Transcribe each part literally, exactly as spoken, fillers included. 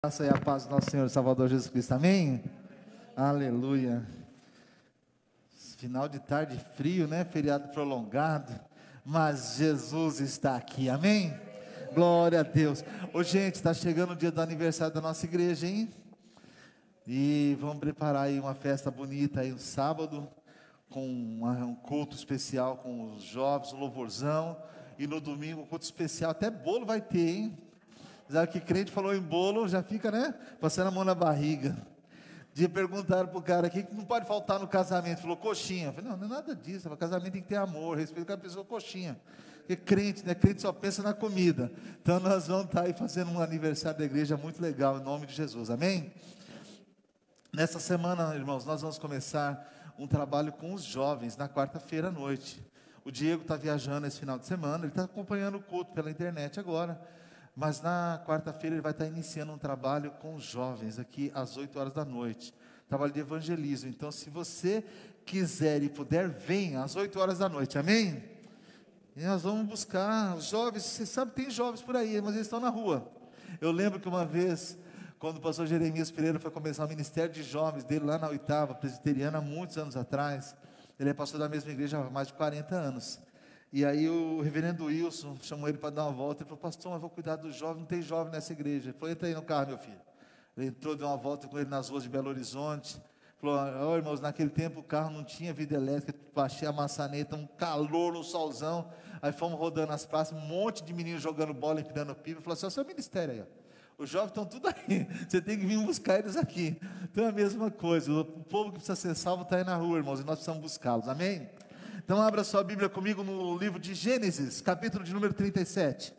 Graça e a paz do nosso Senhor e Salvador Jesus Cristo, amém? Aleluia. Final de tarde frio, né? Feriado prolongado, mas Jesus está aqui, amém? Glória a Deus. Ô gente, está chegando o dia do aniversário da nossa igreja, hein? E vamos preparar aí uma festa bonita aí no sábado, com uma, um culto especial com os jovens, um louvorzão, e no domingo um culto especial, até bolo vai ter, hein? Já que crente falou em bolo, já fica, né? Passando a mão na barriga. Dia perguntaram para o cara aqui que não pode faltar no casamento. Falou coxinha. Eu falei, não, não é nada disso. O casamento tem que ter amor, respeito com a pessoa, coxinha. Porque crente, né? Crente só pensa na comida. Então nós vamos estar aí fazendo um aniversário da igreja muito legal, em nome de Jesus, amém? Nessa semana, irmãos, nós vamos começar um trabalho com os jovens na quarta-feira à noite. O Diego está viajando esse final de semana, ele está acompanhando o culto pela internet agora. Mas na quarta-feira ele vai estar iniciando um trabalho com os jovens aqui às oito horas da noite, trabalho de evangelismo. Então se você quiser e puder, venha às oito horas da noite, amém? E nós vamos buscar os jovens. Você sabe que tem jovens por aí, mas eles estão na rua. Eu lembro que uma vez, quando o pastor Jeremias Pereira foi começar o ministério de jovens dele lá na oitava presbiteriana, há muitos anos atrás, ele é pastor da mesma igreja há mais de quarenta anos. E aí o reverendo Wilson chamou ele para dar uma volta. Ele falou, pastor, eu vou cuidar dos jovens, não tem jovem nessa igreja. Ele falou, entra aí no carro, meu filho. Ele entrou, deu uma volta com ele nas ruas de Belo Horizonte. Falou, ó, irmãos, naquele tempo o carro não tinha vida elétrica, baixei a maçaneta, um calor, um solzão. Aí fomos rodando as praças, um monte de meninos jogando bola, empinando pipa. Falou assim, ó, seu ministério aí, ó. Os jovens estão tudo aí, você tem que vir buscar eles aqui. Então é a mesma coisa, o povo que precisa ser salvo está aí na rua, irmãos, e nós precisamos buscá-los, amém? Então abra sua Bíblia comigo no livro de Gênesis, capítulo de número trinta e sete.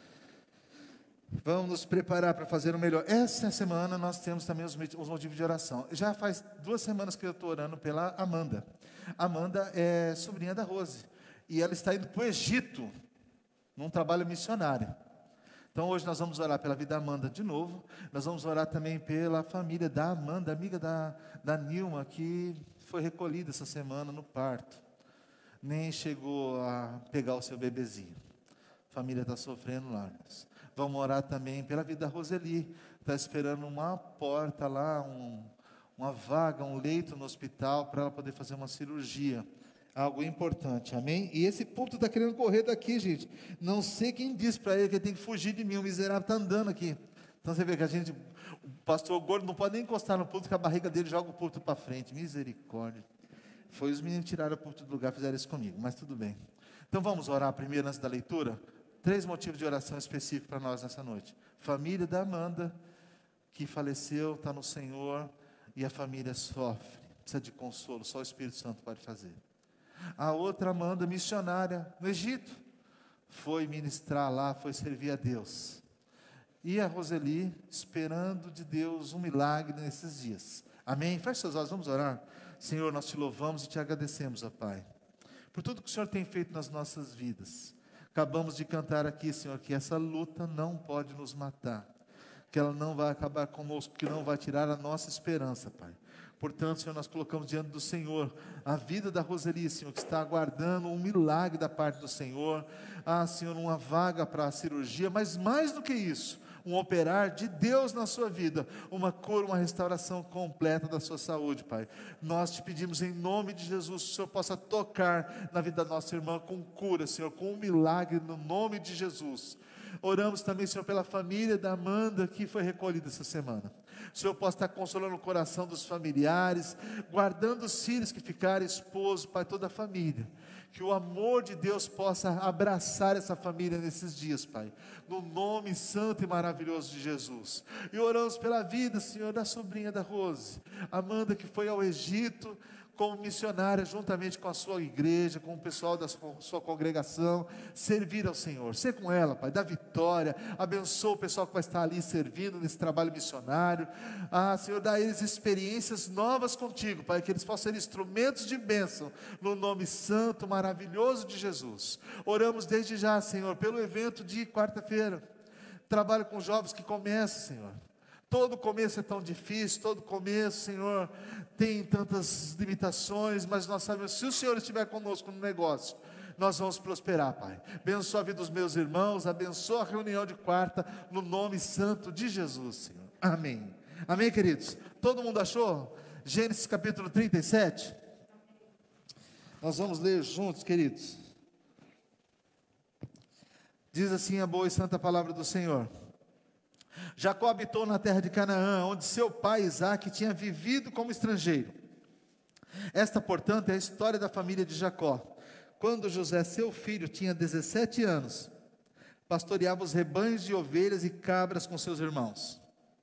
Vamos nos preparar para fazer o melhor. Essa semana nós temos também os, os motivos de oração. Já faz duas semanas que eu estou orando pela Amanda. Amanda é sobrinha da Rose, e ela está indo para o Egito, num trabalho missionário. Então hoje nós vamos orar pela vida da Amanda de novo. Nós vamos orar também pela família da Amanda, amiga da, da Nilma, que foi recolhida essa semana no parto. Nem chegou a pegar o seu bebezinho. A família está sofrendo lá. Vamos orar também pela vida da Roseli. Está esperando uma porta lá, um, uma vaga, um leito no hospital, para ela poder fazer uma cirurgia. Algo importante, amém? E esse puto está querendo correr daqui, gente. Não sei quem disse para ele que ele tem que fugir de mim. O miserável está andando aqui. Então você vê que a gente, o pastor gordo não pode nem encostar no puto, que a barriga dele joga o puto para frente. Misericórdia. Foi os meninos que tiraram o púlpito do lugar, fizeram isso comigo, mas tudo bem. Então vamos orar primeiro antes da leitura. Três motivos de oração específicos para nós nessa noite. Família da Amanda, que faleceu, está no Senhor, e a família sofre, precisa de consolo, só o Espírito Santo pode fazer. A outra Amanda, missionária no Egito, foi ministrar lá, foi servir a Deus. E a Roseli, esperando de Deus um milagre nesses dias. Amém? Feche seus olhos, vamos orar. Senhor, nós te louvamos e te agradecemos, ó Pai, por tudo que o Senhor tem feito nas nossas vidas. Acabamos de cantar aqui, Senhor, que essa luta não pode nos matar, que ela não vai acabar conosco, que não vai tirar a nossa esperança, Pai. Portanto, Senhor, nós colocamos diante do Senhor a vida da Roseli, Senhor, que está aguardando um milagre da parte do Senhor. Ah, Senhor, uma vaga para a cirurgia, mas mais do que isso, um operar de Deus na sua vida, uma cura, uma restauração completa da sua saúde, Pai. Nós te pedimos em nome de Jesus, que o Senhor possa tocar na vida da nossa irmã com cura, Senhor, com um milagre no nome de Jesus. Oramos também, Senhor, pela família da Amanda, que foi recolhida essa semana. O Senhor possa estar consolando o coração dos familiares, guardando os filhos que ficaram, esposo, Pai, toda a família. Que o amor de Deus possa abraçar essa família nesses dias, Pai, no nome santo e maravilhoso de Jesus. E oramos pela vida, Senhor, da sobrinha da Rose, Amanda, que foi ao Egito como missionária, juntamente com a sua igreja, com o pessoal da sua, sua congregação, servir ao Senhor. Ser com ela, Pai, dá vitória, abençoa o pessoal que vai estar ali servindo nesse trabalho missionário. Ah, Senhor, dá a eles experiências novas contigo, Pai, que eles possam ser instrumentos de bênção, no nome santo, maravilhoso de Jesus. Oramos desde já, Senhor, pelo evento de quarta-feira, trabalho com jovens que começa, Senhor. Todo começo é tão difícil, todo começo, Senhor, tem tantas limitações, mas nós sabemos, se o Senhor estiver conosco no negócio, nós vamos prosperar, Pai. Abençoa a vida dos meus irmãos, abençoa a reunião de quarta, no nome santo de Jesus, Senhor. Amém. Amém, queridos? Todo mundo achou? Gênesis capítulo trinta e sete. Nós vamos ler juntos, queridos. Diz assim a boa e santa palavra do Senhor. Jacó habitou na terra de Canaã, onde seu pai Isaque tinha vivido como estrangeiro. Esta, portanto, é a história da família de Jacó. Quando José, seu filho, tinha dezessete anos, pastoreava os rebanhos de ovelhas e cabras com seus irmãos.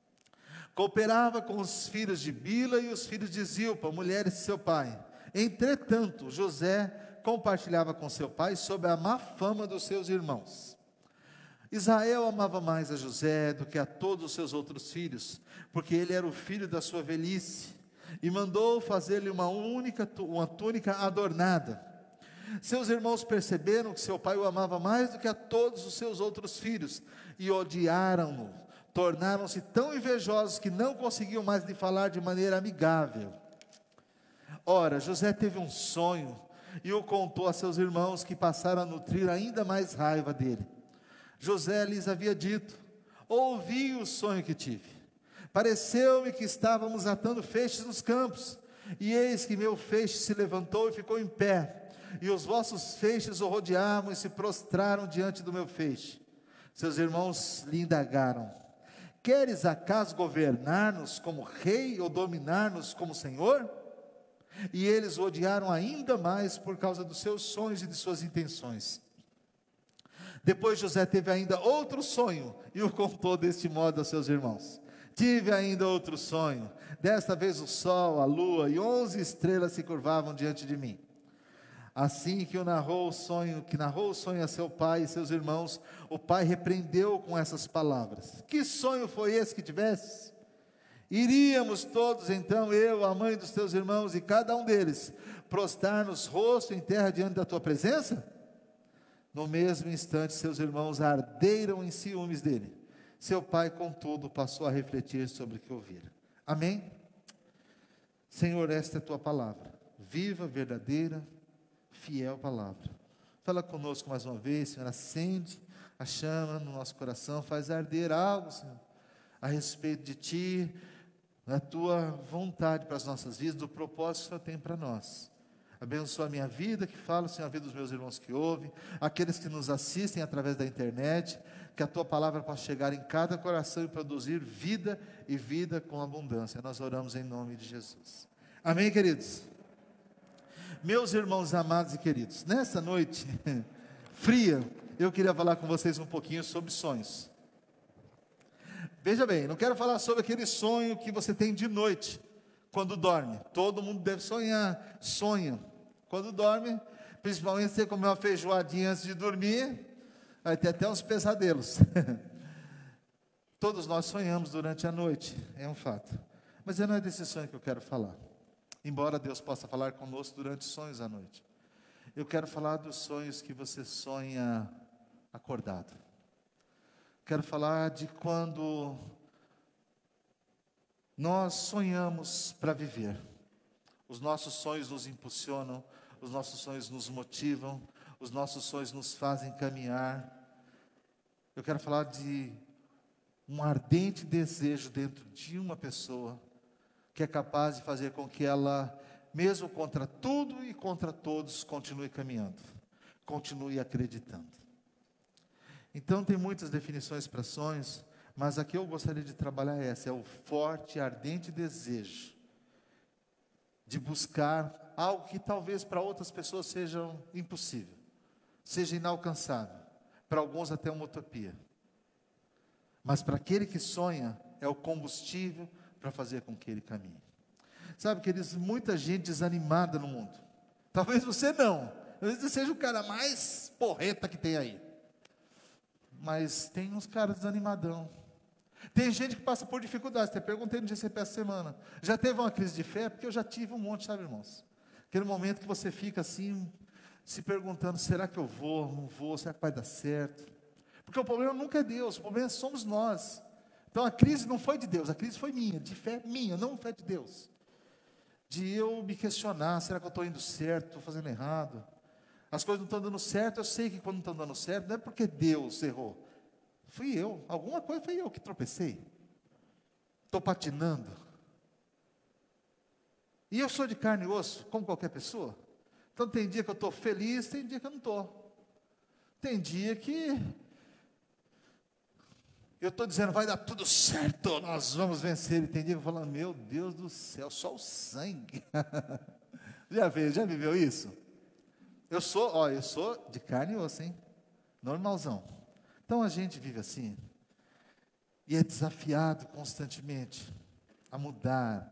Cooperava com os filhos de Bila e os filhos de Zilpa, mulheres de seu pai. Entretanto, José compartilhava com seu pai sobre a má fama dos seus irmãos. Israel amava mais a José do que a todos os seus outros filhos, porque ele era o filho da sua velhice, e mandou fazer-lhe uma única uma túnica adornada. Seus irmãos perceberam que seu pai o amava mais do que a todos os seus outros filhos, e odiaram-no. Tornaram-se tão invejosos que não conseguiam mais lhe falar de maneira amigável. Ora, José teve um sonho, e o contou a seus irmãos, que passaram a nutrir ainda mais raiva dele. José lhes havia dito: ouvi o sonho que tive. Pareceu-me que estávamos atando feixes nos campos, e eis que meu feixe se levantou e ficou em pé, e os vossos feixes o rodeavam e se prostraram diante do meu feixe. Seus irmãos lhe indagaram: queres acaso governar-nos como rei ou dominar-nos como senhor? E eles o odiaram ainda mais por causa dos seus sonhos e de suas intenções. Depois José teve ainda outro sonho, e o contou deste modo aos seus irmãos: tive ainda outro sonho, desta vez o sol, a lua e onze estrelas se curvavam diante de mim. Assim que o narrou o sonho, que narrou o sonho a seu pai e seus irmãos, o pai repreendeu com essas palavras: que sonho foi esse que tivesses? Iríamos todos então, eu, a mãe dos teus irmãos e cada um deles, prostrar-nos rosto em terra diante da tua presença? No mesmo instante, seus irmãos arderam em ciúmes dele. Seu pai, contudo, passou a refletir sobre o que ouvira. Amém? Senhor, esta é a tua palavra, viva, verdadeira, fiel palavra. Fala conosco mais uma vez, Senhor, acende a chama no nosso coração, faz arder algo, Senhor, a respeito de Ti, da Tua vontade para as nossas vidas, do propósito que o Senhor tem para nós. Abençoa a minha vida que falo, Senhor, a vida dos meus irmãos que ouvem, aqueles que nos assistem através da internet, que a Tua palavra possa chegar em cada coração e produzir vida e vida com abundância. Nós oramos em nome de Jesus. Amém, queridos? Meus irmãos amados e queridos, nessa noite fria, eu queria falar com vocês um pouquinho sobre sonhos. Veja bem, não quero falar sobre aquele sonho que você tem de noite, quando dorme. Todo mundo deve sonhar, sonha. Quando dorme, principalmente você comer uma feijoadinha antes de dormir, vai ter até uns pesadelos. Todos nós sonhamos durante a noite, é um fato. Mas não é desse sonho que eu quero falar. Embora Deus possa falar conosco durante sonhos à noite. Eu quero falar dos sonhos que você sonha acordado. Quero falar de quando nós sonhamos para viver. Os nossos sonhos nos impulsionam, os nossos sonhos nos motivam, os nossos sonhos nos fazem caminhar. Eu quero falar de um ardente desejo dentro de uma pessoa, que é capaz de fazer com que ela, mesmo contra tudo e contra todos, continue caminhando, continue acreditando. Então tem muitas definições para sonhos, mas a que eu gostaria de trabalhar é essa: é o forte e ardente desejo de buscar algo que talvez para outras pessoas seja impossível, seja inalcançável, para alguns até uma utopia, mas para aquele que sonha é o combustível para fazer com que ele caminhe. Sabe, queridos, muita gente desanimada no mundo. Talvez você não, talvez você seja o cara mais porreta que tem aí, mas tem uns caras desanimadão. Tem gente que passa por dificuldades. Até perguntei no G C P essa semana: já teve uma crise de fé? Porque eu já tive um monte, sabe, irmãos? Aquele momento que você fica assim, se perguntando: será que eu vou, não vou, será que vai dar certo? Porque o problema nunca é Deus, o problema somos nós. Então a crise não foi de Deus, a crise foi minha, de fé minha, não fé de Deus. De eu me questionar: será que eu estou indo certo, estou fazendo errado? As coisas não estão dando certo. Eu sei que quando não estão dando certo, não é porque Deus errou, fui eu, alguma coisa foi eu que tropecei. Estou patinando. E eu sou de carne e osso, como qualquer pessoa. Então tem dia que eu estou feliz, tem dia que eu não estou. Tem dia que eu estou dizendo, vai dar tudo certo, nós vamos vencer. E tem dia que eu falo, meu Deus do céu, só o sangue. Já viu, já viveu isso? Eu sou, ó, eu sou de carne e osso, hein? Normalzão. Então a gente vive assim. E é desafiado constantemente a mudar,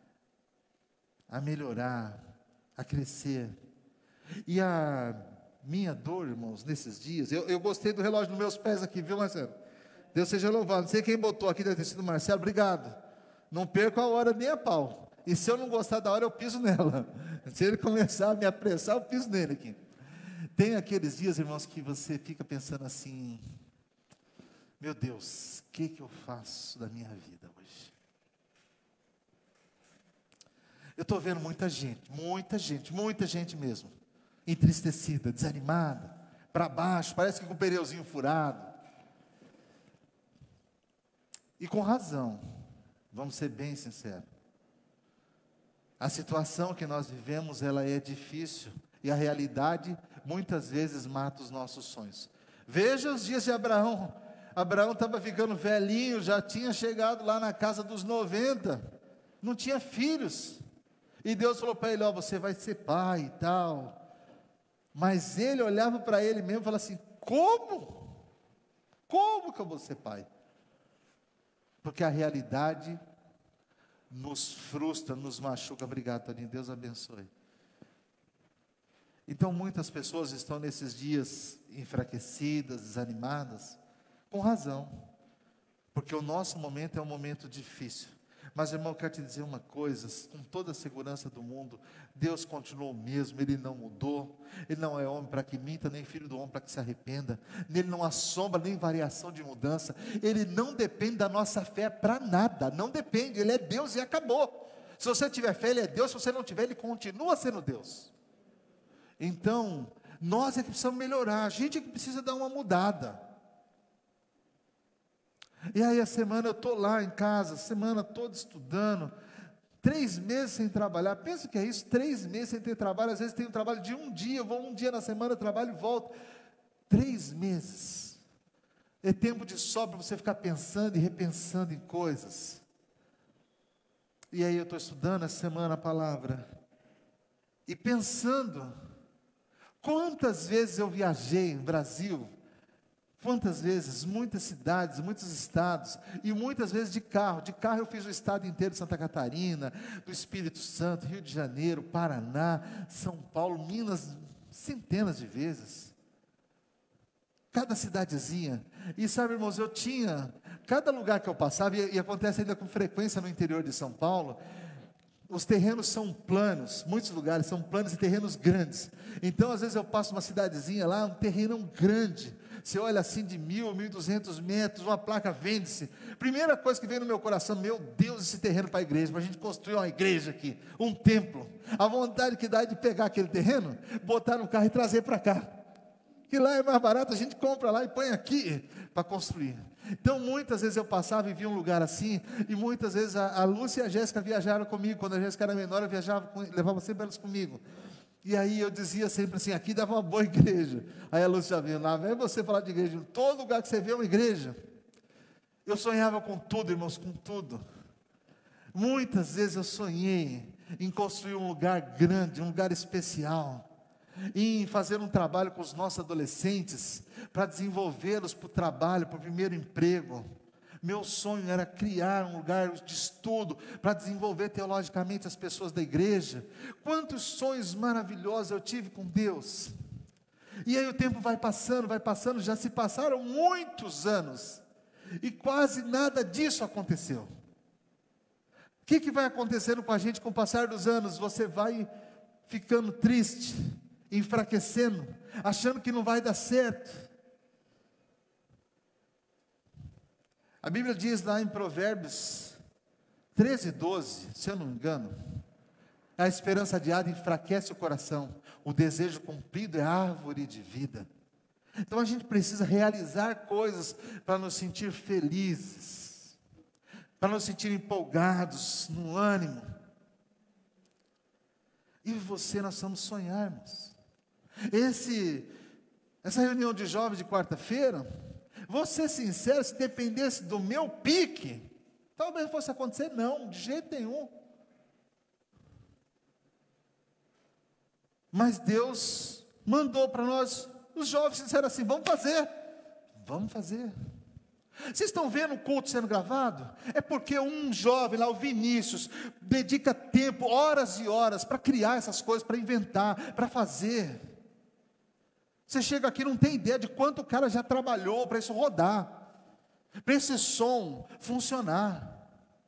a melhorar, a crescer. E a minha dor, irmãos, nesses dias, eu, eu gostei do relógio nos meus pés aqui, viu, Marcelo? Deus seja louvado. Não sei quem botou aqui, deve ter sido o Marcelo, obrigado. Não perco a hora nem a pau. E se eu não gostar da hora, eu piso nela. Se ele começar a me apressar, eu piso nele aqui. Tem aqueles dias, irmãos, que você fica pensando assim, meu Deus, o que, que eu faço da minha vida hoje? Eu estou vendo muita gente, muita gente, muita gente mesmo, entristecida, desanimada, para baixo, parece que com o pneuzinho furado. E com razão, vamos ser bem sinceros. A situação que nós vivemos, ela é difícil, e a realidade, muitas vezes, mata os nossos sonhos. Veja os dias de Abraão. Abraão estava ficando velhinho, já tinha chegado lá na casa dos noventa, não tinha filhos, e Deus falou para ele, ó, você vai ser pai e tal, mas ele olhava para ele mesmo e falava assim, como? Como que eu vou ser pai? Porque a realidade nos frustra, nos machuca. Obrigado, Toninho, Deus abençoe. Então muitas pessoas estão nesses dias enfraquecidas, desanimadas, com razão, porque o nosso momento é um momento difícil. Mas, irmão, eu quero te dizer uma coisa, com toda a segurança do mundo, Deus continuou o mesmo, Ele não mudou, Ele não é homem para que minta, nem filho do homem para que se arrependa, nele não há sombra, nem variação de mudança, Ele não depende da nossa fé para nada, não depende, Ele é Deus e acabou. Se você tiver fé, Ele é Deus, se você não tiver, Ele continua sendo Deus. Então, nós é que precisamos melhorar, a gente é que precisa dar uma mudada. E aí a semana eu estou lá em casa, semana toda estudando, três meses sem trabalhar, pensa que é isso, três meses sem ter trabalho, às vezes tenho trabalho de um dia, eu vou um dia na semana, trabalho e volto, três meses, é tempo de sobra para você ficar pensando e repensando em coisas. E aí eu estou estudando essa semana a palavra, e pensando, quantas vezes eu viajei no Brasil, quantas vezes, muitas cidades, muitos estados, e muitas vezes de carro, de carro eu fiz o estado inteiro de Santa Catarina, do Espírito Santo, Rio de Janeiro, Paraná, São Paulo, Minas, centenas de vezes, cada cidadezinha, e sabe, irmãos, eu tinha, cada lugar que eu passava, e, e acontece ainda com frequência no interior de São Paulo, os terrenos são planos, muitos lugares são planos e terrenos grandes, então às vezes eu passo uma cidadezinha lá, um terreno grande, você olha assim de mil, mil e duzentos metros, uma placa vende-se, primeira coisa que vem no meu coração, meu Deus, esse terreno para a igreja, para a gente construir uma igreja aqui, um templo, a vontade que dá é de pegar aquele terreno, botar no carro e trazer para cá, que lá é mais barato, a gente compra lá e põe aqui, para construir. Então muitas vezes eu passava e via um lugar assim, e muitas vezes a, a Lúcia e a Jéssica viajaram comigo, quando a Jéssica era menor eu viajava, com, levava sempre elas comigo, e aí eu dizia sempre assim, aqui dava uma boa igreja, aí a Lúcia já vinha lá, vem você falar de igreja, todo lugar que você vê é uma igreja, eu sonhava com tudo, irmãos, com tudo, muitas vezes eu sonhei em construir um lugar grande, um lugar especial, em fazer um trabalho com os nossos adolescentes, para desenvolvê-los para o trabalho, para o primeiro emprego. Meu sonho era criar um lugar de estudo, para desenvolver teologicamente as pessoas da igreja. Quantos sonhos maravilhosos eu tive com Deus. E aí o tempo vai passando, vai passando, já se passaram muitos anos, e quase nada disso aconteceu. O que, que vai acontecendo com a gente com o passar dos anos? Você vai ficando triste, enfraquecendo, achando que não vai dar certo. A Bíblia diz lá em Provérbios treze, doze, se eu não me engano, a esperança adiada enfraquece o coração, o desejo cumprido é árvore de vida. Então a gente precisa realizar coisas para nos sentir felizes. para nos sentir empolgados, no ânimo. E você, nós vamos sonharmos. Esse, essa reunião de jovens de quarta-feira, vou ser sincero, se dependesse do meu pique, talvez fosse acontecer, não, de jeito nenhum. Mas Deus mandou para nós, os jovens disseram assim, vamos fazer, vamos fazer. Vocês estão vendo o culto sendo gravado? É porque um jovem lá, o Vinícius, dedica tempo, horas e horas, para criar essas coisas, para inventar, para fazer. Você chega aqui e não tem ideia de quanto o cara já trabalhou para isso rodar, para esse som funcionar.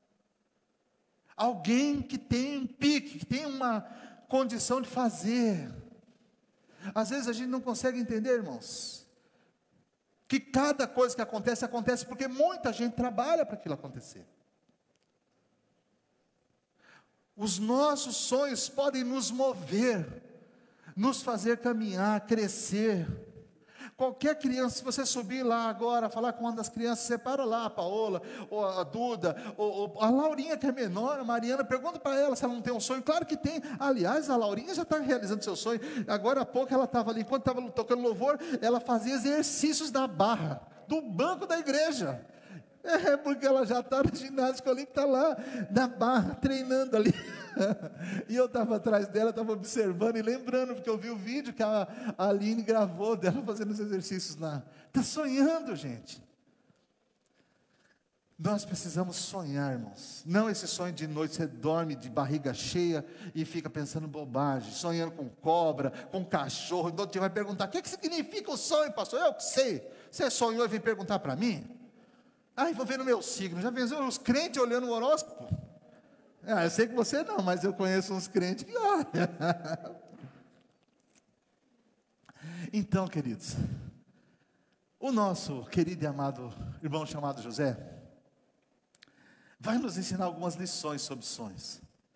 Alguém que tem um pique, que tem uma condição de fazer. Às vezes a gente não consegue entender, irmãos, que cada coisa que acontece, acontece porque muita gente trabalha para aquilo acontecer. Os nossos sonhos podem nos mover, nos fazer caminhar, crescer. Qualquer criança, se você subir lá agora, falar com uma das crianças, separa lá a Paola, ou a Duda, ou, ou a Laurinha que é menor, a Mariana, pergunta para ela se ela não tem um sonho. Claro que tem. Aliás, a Laurinha já está realizando seu sonho. Agora há pouco ela estava ali, enquanto estava tocando louvor, ela fazia exercícios da barra, do banco da igreja. É, porque ela já está na ginástica ali, está lá, na barra, treinando ali. E eu estava atrás dela, estava observando e lembrando, porque eu vi o vídeo que a, a Aline gravou dela fazendo os exercícios lá. Está sonhando, gente. Nós precisamos sonhar, irmãos. Não esse sonho de noite, você dorme de barriga cheia e fica pensando bobagem, sonhando com cobra, com cachorro. Então você vai perguntar, o que, que significa o sonho, pastor? Eu que sei. Você sonhou e vem perguntar para mim? Ai, vou ver no meu signo. Já pensou os crentes olhando o horóscopo? Ah, eu sei que você não, mas eu conheço uns crentes que olham. Então, queridos, o nosso querido e amado irmão chamado José vai nos ensinar algumas lições sobre sonhos.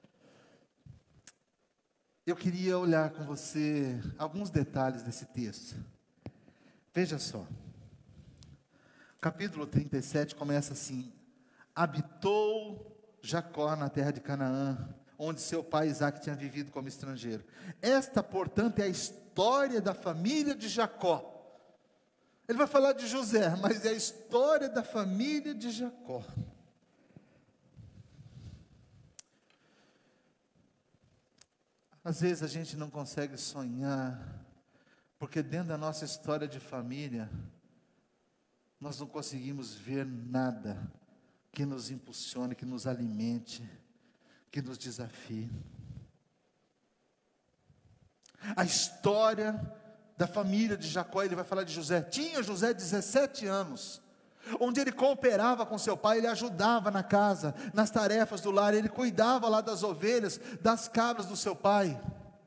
Eu queria olhar com você alguns detalhes desse texto. Veja só. Capítulo trinta e sete começa assim: habitou Jacó na terra de Canaã, onde seu pai Isaque tinha vivido como estrangeiro. Esta, portanto, é a história da família de Jacó. Ele vai falar de José, mas é a história da família de Jacó. Às vezes a gente não consegue sonhar, porque dentro da nossa história de família, nós não conseguimos ver nada que nos impulsione, que nos alimente, que nos desafie. A história da família de Jacó, ele vai falar de José. Tinha José dezessete anos, onde ele cooperava com seu pai, ele ajudava na casa, nas tarefas do lar, ele cuidava lá das ovelhas, das cabras do seu pai.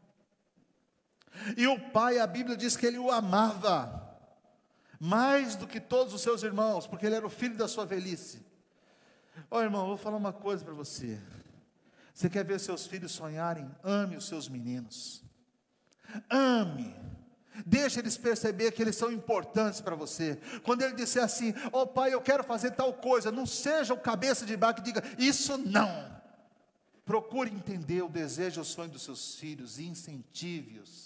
E o pai, a Bíblia diz que ele o amava mais do que todos os seus irmãos, porque ele era o filho da sua velhice. Ó, irmão, vou falar uma coisa para você. Você quer ver seus filhos sonharem? Ame os seus meninos. Ame. Deixa eles perceber que eles são importantes para você. Quando ele disser assim, ó, pai, eu quero fazer tal coisa, não seja o cabeça de barco que diga, isso não. Procure entender o desejo e o sonho dos seus filhos e incentive-os.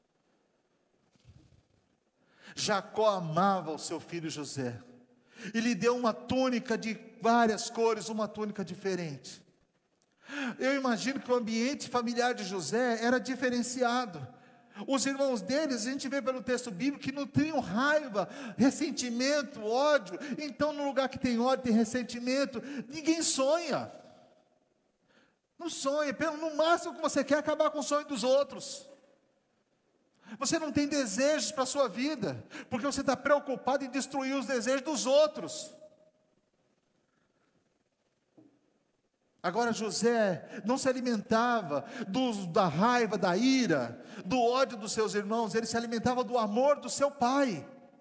Jacó amava o seu filho José, e lhe deu uma túnica de várias cores, uma túnica diferente. Eu imagino que o ambiente familiar de José era diferenciado. Os irmãos deles, a gente vê pelo texto bíblico, que nutriam raiva, ressentimento, ódio. Então, no lugar que tem ódio, tem ressentimento, ninguém sonha. Não sonha, no máximo que você quer é acabar com o sonho dos outros. Você não tem desejos para a sua vida, porque você está preocupado em destruir os desejos dos outros. Agora José não se alimentava do, da raiva, da ira, do ódio dos seus irmãos, ele se alimentava do amor do seu pai.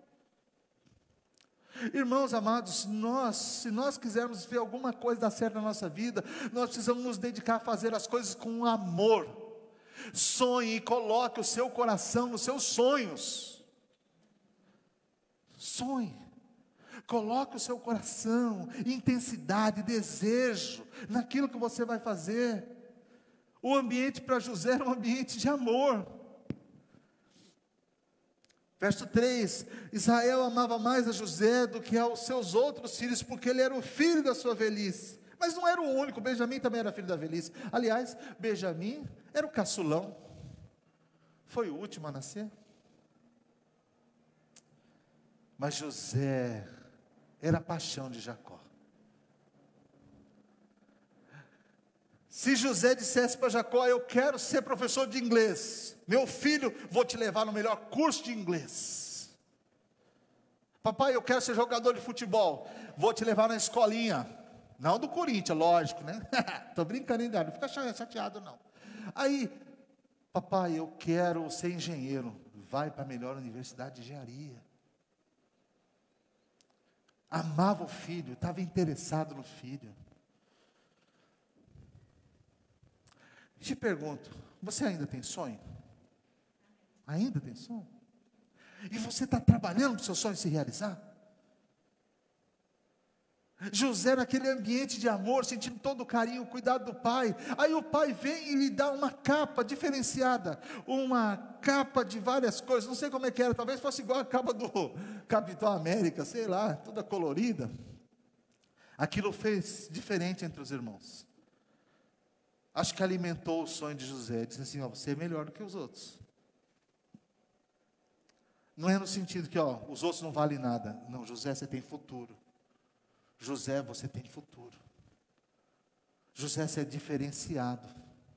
Irmãos amados, nós, se nós quisermos ver alguma coisa dar certo na nossa vida, nós precisamos nos dedicar a fazer as coisas com amor. Sonhe e coloque o seu coração nos seus sonhos. Sonhe. Coloque o seu coração, intensidade, desejo naquilo que você vai fazer. O ambiente para José era um ambiente de amor. Verso três, Israel amava mais a José do que aos seus outros filhos, porque ele era o filho da sua velhice. Mas não era o único, Benjamim também era filho da velhice. Aliás, Benjamim era o caçulão. Foi o último a nascer. Mas José era a paixão de Jacó. Se José dissesse para Jacó: eu quero ser professor de inglês, meu filho, vou te levar no melhor curso de inglês. Papai, eu quero ser jogador de futebol, vou te levar na escolinha, não do Corinthians, lógico, né? Estou brincando ainda, não fica chateado não. Aí, papai, eu quero ser engenheiro, vai para a melhor universidade de engenharia. Amava o filho, estava interessado no filho. Te pergunto, você ainda tem sonho? Ainda tem sonho? E você está trabalhando para o seu sonho se realizar? José naquele ambiente de amor, sentindo todo o carinho, o cuidado do pai. Aí o pai vem e lhe dá uma capa diferenciada, uma capa de várias coisas, não sei como é que era, talvez fosse igual a capa do Capitão América, sei lá, toda colorida. Aquilo fez diferente entre os irmãos. Acho que alimentou o sonho de José, disse assim: ó, você é melhor do que os outros. Não é no sentido que, ó, os outros não valem nada. Não, José, você tem futuro. José, você tem futuro. José, você é diferenciado.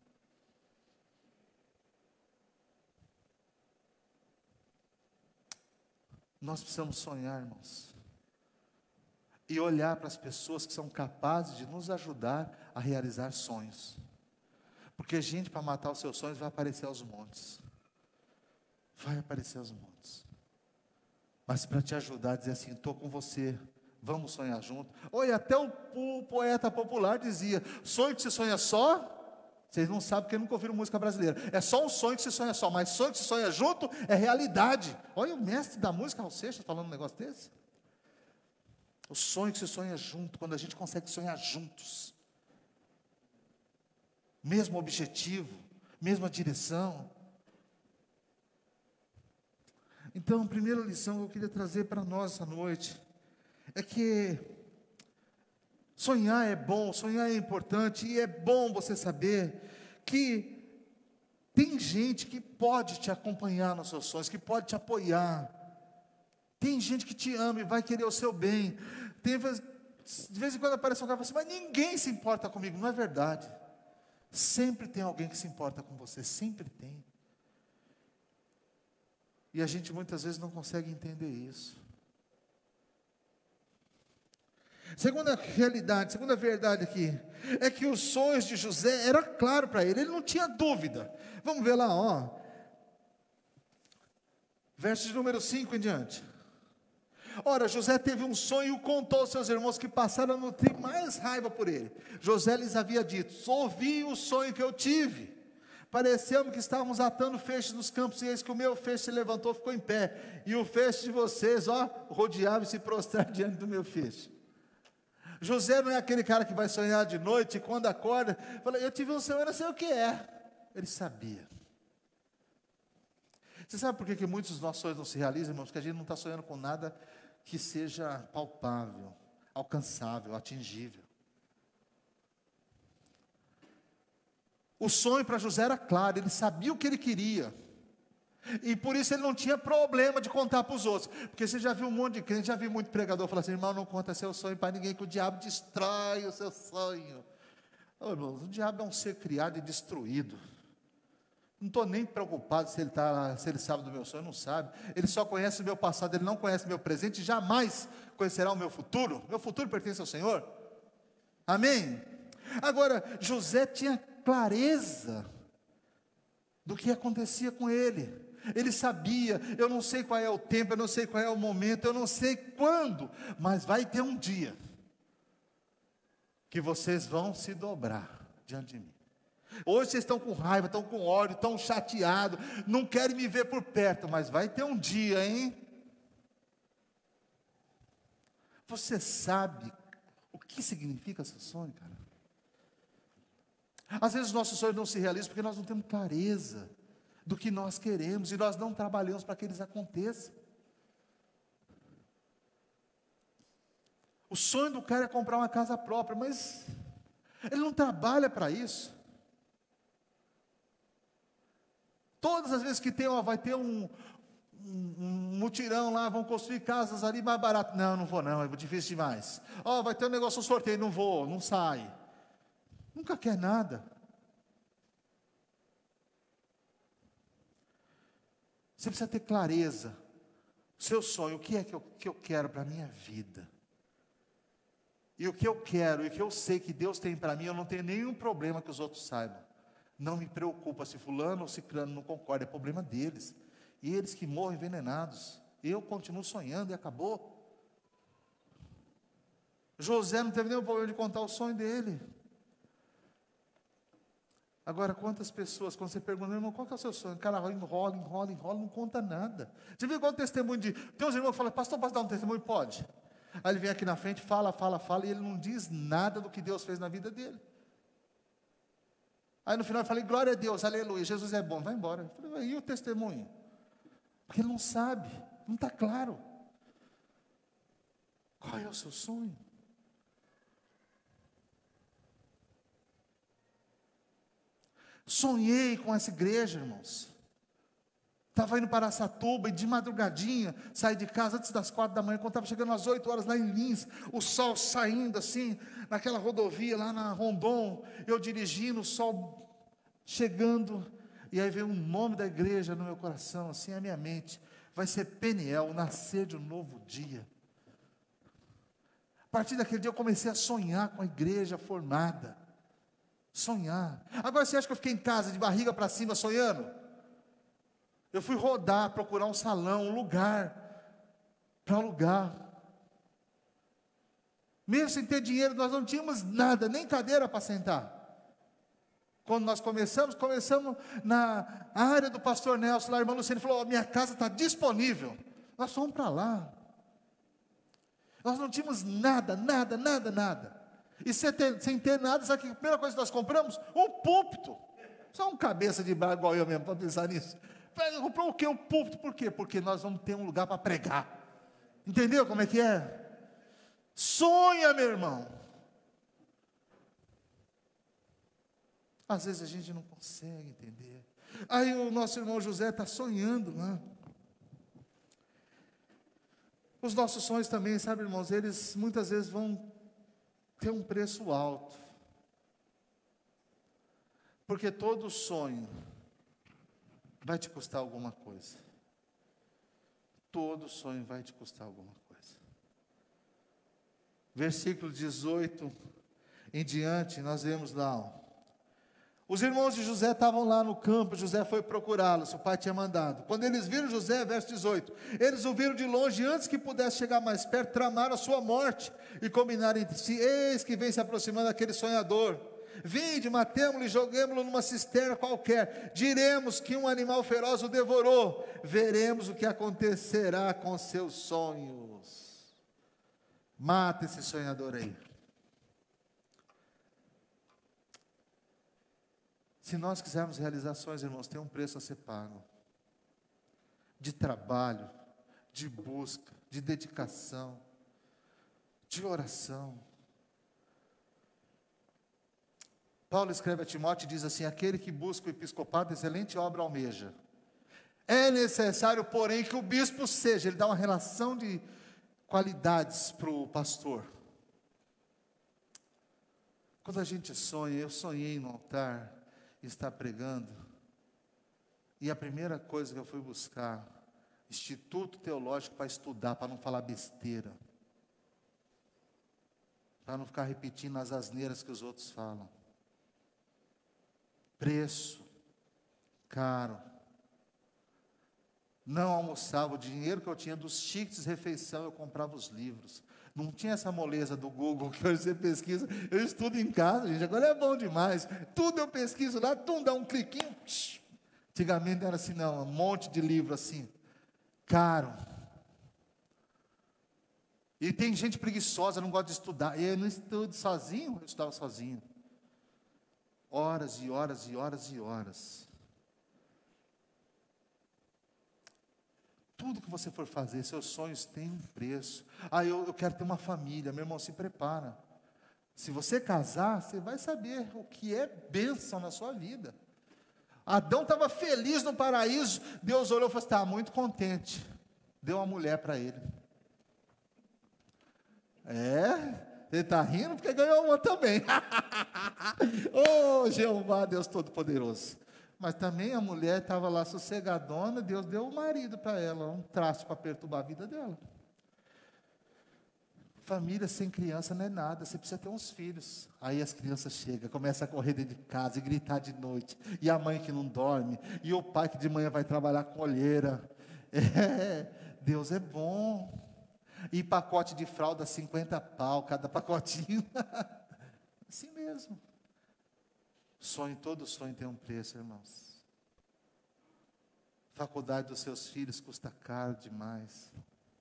Nós precisamos sonhar, irmãos, e olhar para as pessoas que são capazes de nos ajudar a realizar sonhos. Porque gente para matar os seus sonhos vai aparecer aos montes. Vai aparecer aos montes. Mas para te ajudar, dizer assim: estou com você, vamos sonhar junto. Olha, até o, o poeta popular dizia: sonho que se sonha só, vocês não sabem porque nunca ouviram música brasileira. É só um sonho que se sonha só, mas sonho que se sonha junto é realidade. Olha o mestre da música, Raul Seixas, falando um negócio desse. O sonho que se sonha junto, quando a gente consegue sonhar juntos. Mesmo objetivo, mesma direção. Então, a primeira lição que eu queria trazer para nós essa noite é que sonhar é bom, sonhar é importante, e é bom você saber que tem gente que pode te acompanhar nos seus sonhos, que pode te apoiar. Tem gente que te ama e vai querer o seu bem. Tem, de vez em quando aparece um cara e fala assim: mas ninguém se importa comigo. Não é verdade. Sempre tem alguém que se importa com você, sempre tem. E a gente muitas vezes não consegue entender isso. Segunda realidade, segunda verdade aqui, é que os sonhos de José era claro para ele, ele não tinha dúvida. Vamos ver lá, ó. Verso de número cinco em diante. Ora, José teve um sonho e contou aos seus irmãos, que passaram a nutrir mais raiva por ele. José lhes havia dito: ouvi o sonho que eu tive. Pareceu-me que estávamos atando feixes nos campos, e eis que o meu feixe se levantou, ficou em pé, e o feixe de vocês, ó, rodeava e se prostrava diante do meu feixe. José não é aquele cara que vai sonhar de noite, e quando acorda, fala: eu tive um sonho, eu não sei o que é. Ele sabia. Você sabe por que, que muitos dos nossos sonhos não se realizam, irmãos? Porque a gente não está sonhando com nada que seja palpável, alcançável, atingível. O sonho para José era claro, ele sabia o que ele queria. E por isso ele não tinha problema de contar para os outros. Porque você já viu um monte de crente, já viu muito pregador falar assim: irmão, não conta seu sonho para ninguém, que o diabo destrói o seu sonho. Oh, irmãos, o diabo é um ser criado e destruído. Não estou nem preocupado se ele, tá, se ele sabe do meu sonho, não sabe. Ele só conhece o meu passado, ele não conhece o meu presente, jamais conhecerá o meu futuro. Meu futuro pertence ao Senhor. Amém? Agora, José tinha clareza do que acontecia com ele. Ele sabia: eu não sei qual é o tempo, eu não sei qual é o momento, eu não sei quando, mas vai ter um dia que vocês vão se dobrar diante de mim. Hoje vocês estão com raiva, estão com ódio, estão chateados, não querem me ver por perto, mas vai ter um dia, hein? Você sabe o que significa seu sonho, cara? Às vezes os nossos sonhos não se realizam porque nós não temos clareza do que nós queremos e nós não trabalhamos para que eles aconteçam. O sonho do cara é comprar uma casa própria, mas ele não trabalha para isso. Todas as vezes que tem, ó, vai ter um, um, um mutirão lá, vão construir casas ali mais barato. Não, não vou não, é difícil demais. Ó, vai ter um negócio, um sorteio, não vou, não sai. Nunca quer nada. Você precisa ter clareza. Seu sonho, o que é que eu, que eu quero para a minha vida? E o que eu quero, e o que eu sei que Deus tem para mim, eu não tenho nenhum problema que os outros saibam. Não me preocupa se fulano ou ciclano não concorda, é problema deles. E eles que morrem envenenados. Eu continuo sonhando e acabou. José não teve nenhum problema de contar o sonho dele. Agora, quantas pessoas, quando você pergunta, meu irmão, qual que é o seu sonho? O cara enrola, enrola, enrola, não conta nada. Você viu qual testemunho de... Tem uns irmãos que falam, pastor, posso dar um testemunho? Pode. Aí ele vem aqui na frente, fala, fala, fala, e ele não diz nada do que Deus fez na vida dele. Aí no final eu falei, glória a Deus, aleluia, Jesus é bom, vai embora. Eu falei, e o testemunho? Porque ele não sabe, não está claro. Qual é o seu sonho? Sonhei com essa igreja, irmãos. Estava indo para Araçatuba e de madrugadinha, saí de casa antes das quatro da manhã, quando estava chegando às oito horas lá em Lins, o sol saindo assim, naquela rodovia lá na Rondon, eu dirigindo, o sol chegando, e aí veio o nome da igreja no meu coração, assim, a minha mente, vai ser Peniel, o nascer de um novo dia. A partir daquele dia eu comecei a sonhar com a igreja formada, sonhar. Agora você acha que eu fiquei em casa de barriga para cima sonhando? Eu fui rodar, procurar um salão, um lugar para alugar. Mesmo sem ter dinheiro, nós não tínhamos nada, nem cadeira para sentar. Quando nós começamos, começamos na área do pastor Nelson, lá a irmã Luciane falou, oh, minha casa está disponível. Nós fomos para lá. Nós não tínhamos nada, nada, nada, nada. E sem ter, sem ter nada, sabe que a primeira coisa que nós compramos? Um púlpito. Só um cabeça de bar igual eu mesmo, para pensar nisso. Comprou o quê? Um púlpito, por quê? Porque nós vamos ter um lugar para pregar. Entendeu como é que é? Sonha, meu irmão. Às vezes a gente não consegue entender. Aí o nosso irmão José está sonhando lá. Os nossos sonhos também, sabe, irmãos, eles muitas vezes vão ter um preço alto. Porque todo sonho vai te custar alguma coisa. Todo sonho vai te custar alguma coisa. Versículo dezoito em diante, nós vemos lá, ó. Os irmãos de José estavam lá no campo, José foi procurá-los, o pai tinha mandado. Quando eles viram José, verso dezoito, eles o viram de longe, antes que pudesse chegar mais perto, tramaram a sua morte, e combinaram entre si, eis que vem se aproximando aquele sonhador. Vinde, matemo-lo e joguemo-lo numa cisterna qualquer, diremos que um animal feroz o devorou, veremos o que acontecerá com seus sonhos. Mata esse sonhador aí. Se nós quisermos realizar sonhos, irmãos, tem um preço a ser pago. De trabalho, de busca, de dedicação, de oração. Paulo escreve a Timóteo e diz assim, aquele que busca o episcopado, excelente obra almeja. É necessário, porém, que o bispo seja, ele dá uma relação de qualidades para o pastor. Quando a gente sonha, eu sonhei no altar, estar pregando, e a primeira coisa que eu fui buscar, Instituto Teológico para estudar, para não falar besteira, para não ficar repetindo as asneiras que os outros falam. Preço, caro. Não almoçava, o dinheiro que eu tinha dos tickets de refeição, eu comprava os livros. Não tinha essa moleza do Google, que hoje você pesquisa, eu estudo em casa, gente, agora é bom demais. Tudo eu pesquiso lá, tudo dá um cliquinho. Psh. Antigamente era assim, não, um monte de livro assim, caro. E tem gente preguiçosa, não gosta de estudar. E eu não estudo sozinho, eu estudava sozinho. Horas e horas e horas e horas. Tudo que você for fazer, seus sonhos têm um preço. Ah, eu, eu quero ter uma família. Meu irmão, se prepara. Se você casar, você vai saber o que é bênção na sua vida. Adão estava feliz no paraíso. Deus olhou e falou assim, está muito contente. Deu uma mulher para ele. É, ele está rindo porque ganhou uma também. Oh, Jeová, Deus Todo-Poderoso. Mas também a mulher estava lá sossegadona, Deus deu um marido para ela, um traste para perturbar a vida dela. Família sem criança não é nada, você precisa ter uns filhos. Aí as crianças chegam, começam a correr dentro de casa e gritar de noite. E a mãe que não dorme, e o pai que de manhã vai trabalhar com olheira. É, Deus é bom. E pacote de fralda, cinquenta pau, cada pacotinho. Assim mesmo. Sonho, todo sonho tem um preço, irmãos. Faculdade dos seus filhos custa caro demais.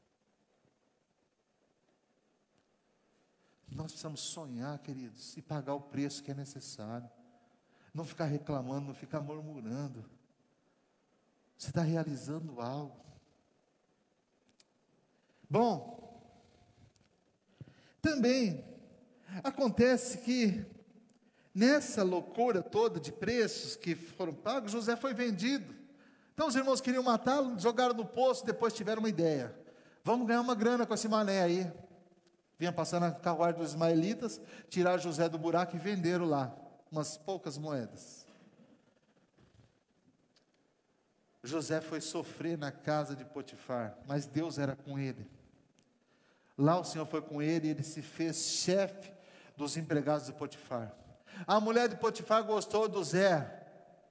Nós precisamos sonhar, queridos, e pagar o preço que é necessário. Não ficar reclamando, não ficar murmurando. Você está realizando algo. Bom, também acontece que nessa loucura toda de preços que foram pagos, José foi vendido. Então os irmãos queriam matá-lo, jogaram no poço, depois tiveram uma ideia. Vamos ganhar uma grana com esse mané aí. Vinha passando a carruagem dos ismaelitas, tiraram José do buraco e venderam lá, umas poucas moedas. José foi sofrer na casa de Potifar, mas Deus era com ele. Lá o Senhor foi com ele e ele se fez chefe dos empregados de Potifar. A mulher de Potifar gostou do Zé,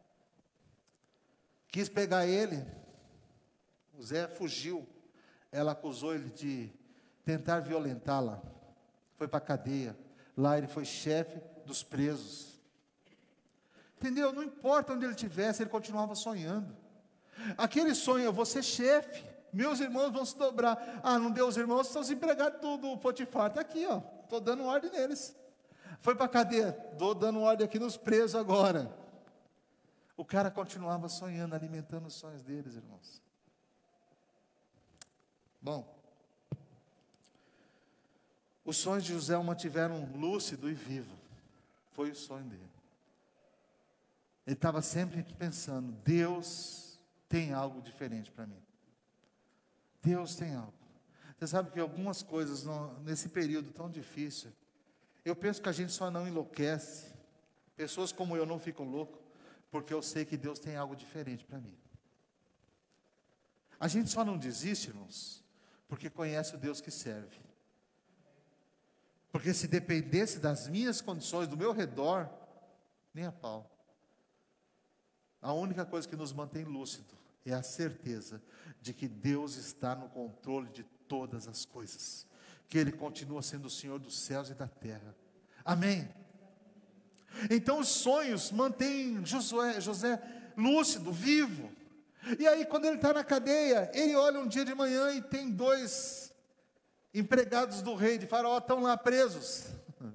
quis pegar ele, o Zé fugiu, ela acusou ele de tentar violentá-la, foi para a cadeia, lá ele foi chefe dos presos, entendeu? Não importa onde ele estivesse, ele continuava sonhando, aquele sonho, eu vou ser chefe, meus irmãos vão se dobrar, ah, não deu os irmãos, são os empregados do, do Potifar, está aqui, ó, estou dando ordem neles, foi para a cadeia, estou dando ordem aqui nos presos agora, o cara continuava sonhando, alimentando os sonhos deles, irmãos. Bom, os sonhos de José o mantiveram lúcido e vivo. Foi o sonho dele. Ele estava sempre pensando, Deus tem algo diferente para mim. Deus tem algo. Você sabe que algumas coisas, no, nesse período tão difícil, eu penso que a gente só não enlouquece. Pessoas como eu não ficam loucos, porque eu sei que Deus tem algo diferente para mim. A gente só não desiste, irmãos, porque conhece o Deus que serve. Porque se dependesse das minhas condições, do meu redor, nem a pau. A única coisa que nos mantém lúcido é a certeza de que Deus está no controle de todas as coisas. Que Ele continua sendo o Senhor dos céus e da terra. Amém? Então os sonhos mantêm Josué, José lúcido, vivo. E aí quando ele está na cadeia, ele olha um dia de manhã e tem dois empregados do rei de Faraó estão lá presos.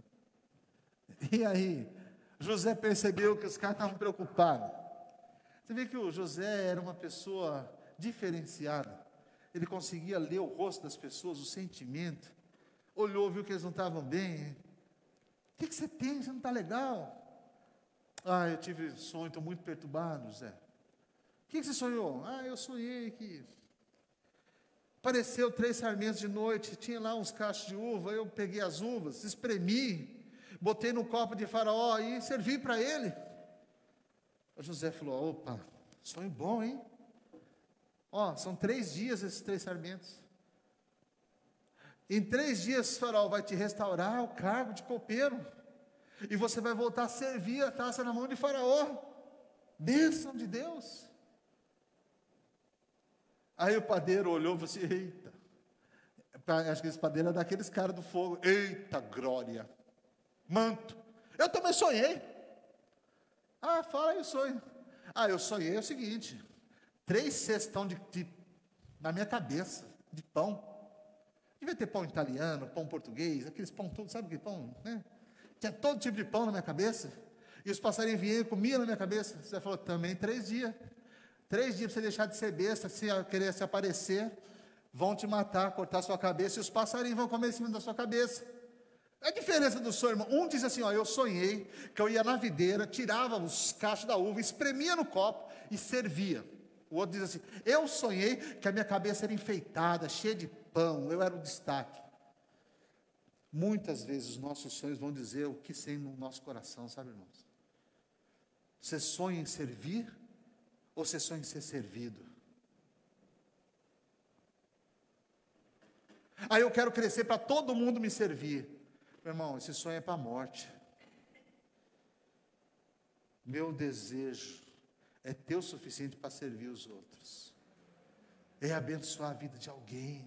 E aí, José percebeu que os caras estavam preocupados. Você vê que o José era uma pessoa diferenciada. Ele conseguia ler o rosto das pessoas, o sentimento. Olhou, viu que eles não estavam bem. O que, que você tem? Você não está legal? Ah, eu tive sonho, estou muito perturbado, José. O que, que você sonhou? Ah, eu sonhei que apareceu três sarmentos de noite, tinha lá uns cachos de uva, eu peguei as uvas, espremi, botei no copo de Faraó e servi para ele. O José falou, opa, sonho bom, hein? Ó, são três dias esses três sarmentos. Em três dias, Faraó vai te restaurar o cargo de copeiro, e você vai voltar a servir a taça na mão de Faraó. Bênção de Deus. Aí o padeiro olhou e falou assim, eita, acho que esse padeiro é daqueles caras do fogo, eita glória, manto, eu também sonhei. Ah, fala aí o sonho. Ah, eu sonhei o seguinte, três cestão de, de, na minha cabeça, de pão, Devia ter pão italiano, pão português, aqueles pão tudo, sabe que pão, né? Tinha todo tipo de pão na minha cabeça. E os passarinhos vinham e comiam na minha cabeça. Você falou, também três dias. Três dias para você deixar de ser besta, se querer se aparecer, vão te matar, cortar sua cabeça, e os passarinhos vão comer em cima da sua cabeça. É a diferença do sonho, irmão. Um diz assim, ó, eu sonhei que eu ia na videira, tirava os cachos da uva, espremia no copo e servia. O outro diz assim, eu sonhei que a minha cabeça era enfeitada, cheia de pão, eu era o destaque. Muitas vezes os nossos sonhos vão dizer o que tem no nosso coração, sabe, irmãos? Você sonha em servir ou você sonha em ser servido? Aí eu quero crescer para todo mundo me servir. Meu irmão, esse sonho é para a morte. Meu desejo é ter o suficiente para servir os outros. É abençoar a vida de alguém.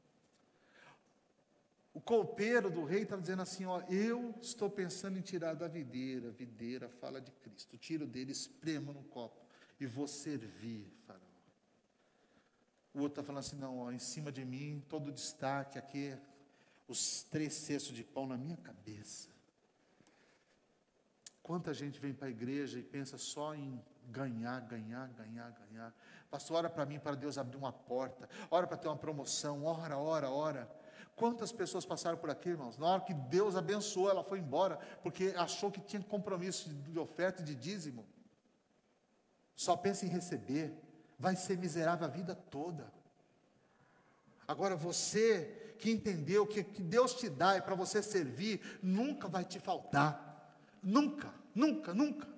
O copeiro do rei está dizendo assim, ó, eu estou pensando em tirar da videira, a videira fala de Cristo, tiro dele, espremo no copo, e vou servir, faraó. O outro está falando assim, não, ó, em cima de mim, todo o destaque aqui, os três cestos de pão na minha cabeça. Quanta gente vem para a igreja e pensa só em ganhar, ganhar, ganhar, ganhar. Pastor, ora para mim, para Deus abrir uma porta, ora para ter uma promoção, ora, ora, ora. Quantas pessoas passaram por aqui, irmãos? Na hora que Deus abençoou, ela foi embora, porque achou que tinha compromisso de oferta e de dízimo. Só pensa em receber, vai ser miserável a vida toda. Agora você que entendeu que que Deus te dá é para você servir, nunca vai te faltar. Nunca, nunca, nunca.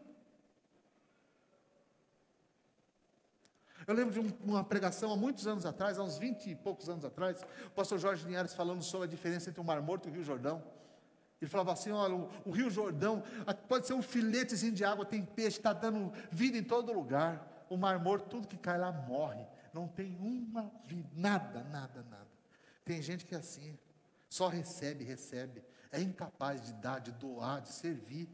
Eu lembro de um, uma pregação há muitos anos atrás, há uns vinte e poucos anos atrás, o pastor Jorge Linhares falando sobre a diferença entre o Mar Morto e o Rio Jordão. Ele falava assim, olha, o, o Rio Jordão pode ser um filetezinho de água, tem peixe, está dando vida em todo lugar. O Mar Morto, tudo que cai lá morre, não tem uma vida, nada, nada, nada. Tem gente que é assim, só recebe, recebe, é incapaz de dar, de doar, de servir.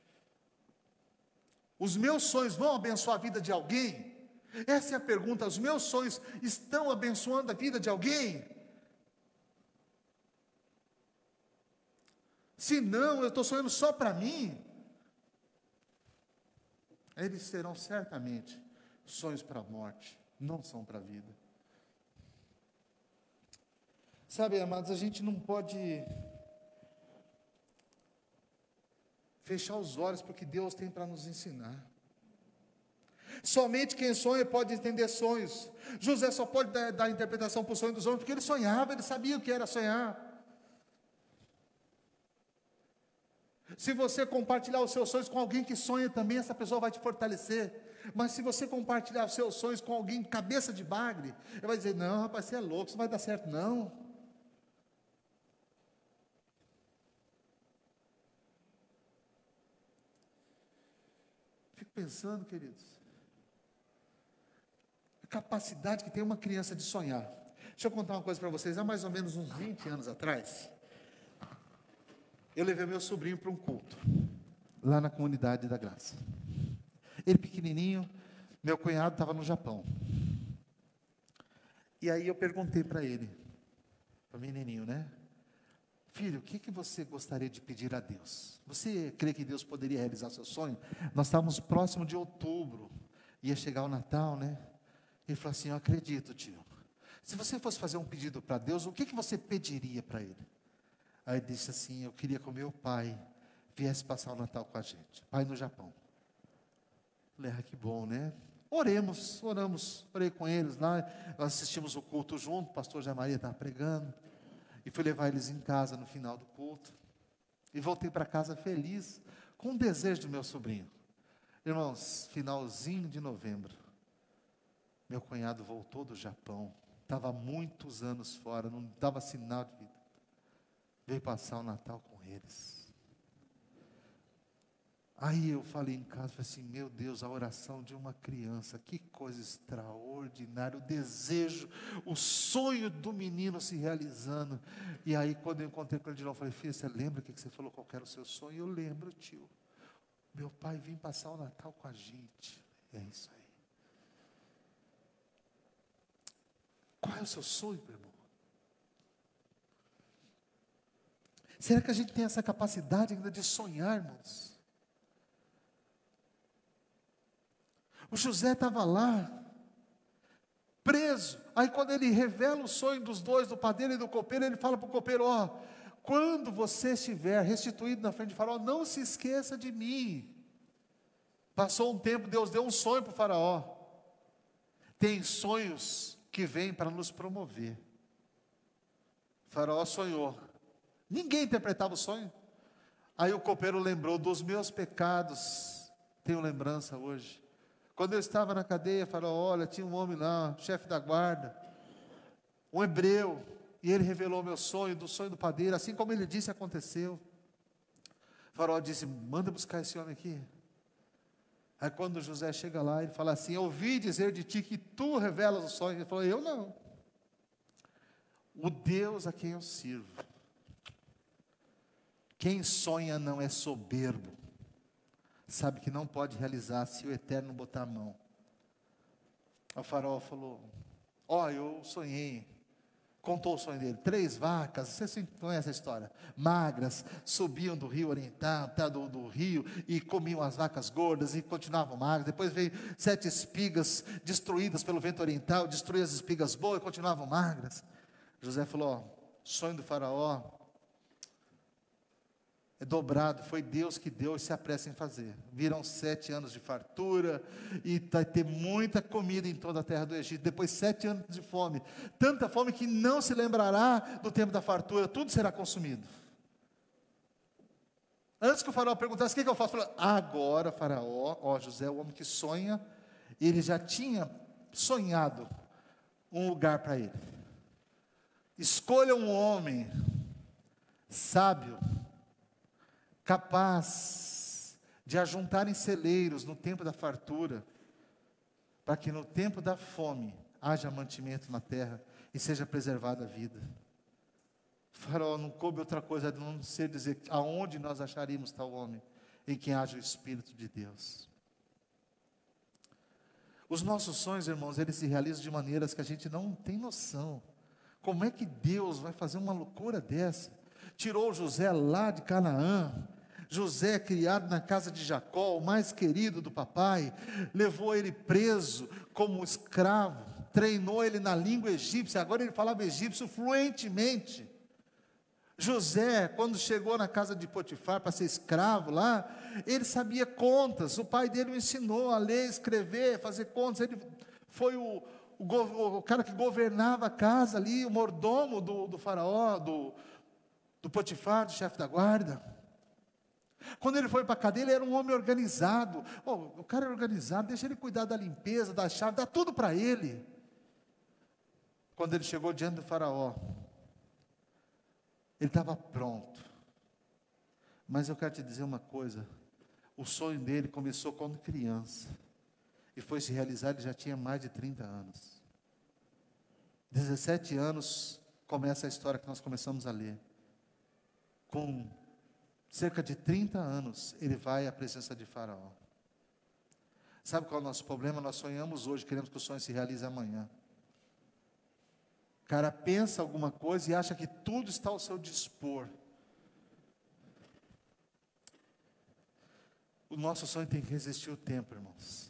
Os meus sonhos vão abençoar a vida de alguém? Essa é a pergunta, os meus sonhos estão abençoando a vida de alguém? Se não, eu estou sonhando só para mim, eles serão certamente sonhos para a morte, não são para a vida. Sabe, amados, a gente não pode fechar os olhos para o que Deus tem para nos ensinar. Somente quem sonha pode entender sonhos. José só pode dar, dar interpretação para o sonho dos homens, porque ele sonhava, ele sabia o que era sonhar. Se você compartilhar os seus sonhos com alguém que sonha também, essa pessoa vai te fortalecer. Mas se você compartilhar os seus sonhos com alguém cabeça de bagre, ele vai dizer, não, rapaz, você é louco, isso não vai dar certo, não. Fico pensando, queridos, a capacidade que tem uma criança de sonhar. Deixa eu contar uma coisa para vocês, há mais ou menos uns vinte anos atrás, eu levei meu sobrinho para um culto, lá na comunidade da Graça. Ele pequenininho, meu cunhado estava no Japão. E aí eu perguntei para ele, para o menininho, né? Filho, o que, que você gostaria de pedir a Deus? Você crê que Deus poderia realizar seu sonho? Nós estávamos próximo de outubro, ia chegar o Natal, né? Ele falou assim, eu acredito, tio. Se você fosse fazer um pedido para Deus, o que, que você pediria para Ele? Aí ele disse assim, eu queria que o meu pai viesse passar o Natal com a gente. Pai no Japão. Falei, ah, que bom, né? Oremos, oramos, orei com eles lá, nós assistimos o culto junto, o pastor José Maria estava pregando, e fui levar eles em casa no final do culto, e voltei para casa feliz, com o desejo do meu sobrinho. Irmãos, finalzinho de novembro, meu cunhado voltou do Japão, estava há muitos anos fora, não dava sinal de vida, veio passar o Natal com eles. Aí eu falei em casa, falei assim, meu Deus, a oração de uma criança, que coisa extraordinária, o desejo, o sonho do menino se realizando. E aí quando eu encontrei com ele de novo, eu falei, filho, você lembra o que você falou, qual era o seu sonho? Eu lembro, tio, meu pai vinha passar o Natal com a gente. É isso aí. Qual é o seu sonho, meu irmão? Será que a gente tem essa capacidade ainda de sonharmos? O José estava lá, preso. Aí quando ele revela o sonho dos dois, do padeiro e do copeiro, ele fala para o copeiro, ó, quando você estiver restituído na frente de Faraó, não se esqueça de mim. Passou um tempo, Deus deu um sonho para o Faraó. Tem sonhos que vêm para nos promover. O Faraó sonhou. Ninguém interpretava o sonho. Aí o copeiro lembrou dos meus pecados. Tenho lembrança hoje. Quando eu estava na cadeia, Faraó, olha, tinha um homem lá, chefe da guarda, um hebreu, e ele revelou o meu sonho, do sonho do padeiro, assim como ele disse, aconteceu. O Faraó disse, manda buscar esse homem aqui. Aí quando José chega lá, ele fala assim, eu ouvi dizer de ti que tu revelas o sonho. Ele falou, eu não. O Deus a quem eu sirvo. Quem sonha não é soberbo. Sabe que não pode realizar se o Eterno botar a mão. O Faraó falou, ó, oh, eu sonhei. Contou o sonho dele, três vacas, você conhece a história, magras, subiam do rio oriental, tá, do, do rio, e comiam as vacas gordas, e continuavam magras. Depois veio sete espigas destruídas pelo vento oriental, destruíam as espigas boas, e continuavam magras. José falou, ó, sonho do Faraó é dobrado, foi Deus que deu e se apressa em fazer. Viram sete anos de fartura, e vai ter muita comida em toda a terra do Egito. Depois sete anos de fome, tanta fome que não se lembrará do tempo da fartura, tudo será consumido. Antes que o Faraó perguntasse, o que, que eu faço? Falou, agora Faraó, ó, José é o homem que sonha, ele já tinha sonhado um lugar para ele. Escolha um homem sábio, capaz de ajuntar em celeiros no tempo da fartura, para que no tempo da fome haja mantimento na terra e seja preservada a vida. Faraó, não coube outra coisa a não ser dizer aonde nós acharíamos tal homem, em quem haja o Espírito de Deus. Os nossos sonhos, irmãos, eles se realizam de maneiras que a gente não tem noção. Como é que Deus vai fazer uma loucura dessa? Tirou José lá de Canaã, José criado na casa de Jacó, o mais querido do papai, levou ele preso como escravo, treinou ele na língua egípcia, agora ele falava egípcio fluentemente. José, quando chegou na casa de Potifar para ser escravo lá, ele sabia contas, o pai dele o ensinou a ler, escrever, fazer contas, ele foi o, o, o cara que governava a casa ali, o mordomo do, do faraó, do, do Potifar, do chefe da guarda. Quando ele foi para a cadeia, ele era um homem organizado. Oh, o cara é organizado, deixa ele cuidar da limpeza, da chave, dá tudo para ele. Quando ele chegou diante do faraó, ele estava pronto. Mas eu quero te dizer uma coisa, o sonho dele começou quando criança, e foi se realizar, ele já tinha mais de trinta anos. dezessete anos, começa a história que nós começamos a ler. Com cerca de trinta anos, ele vai à presença de Faraó. Sabe qual é o nosso problema? Nós sonhamos hoje, queremos que o sonho se realize amanhã. O cara pensa alguma coisa e acha que tudo está ao seu dispor. O nosso sonho tem que resistir o tempo, irmãos.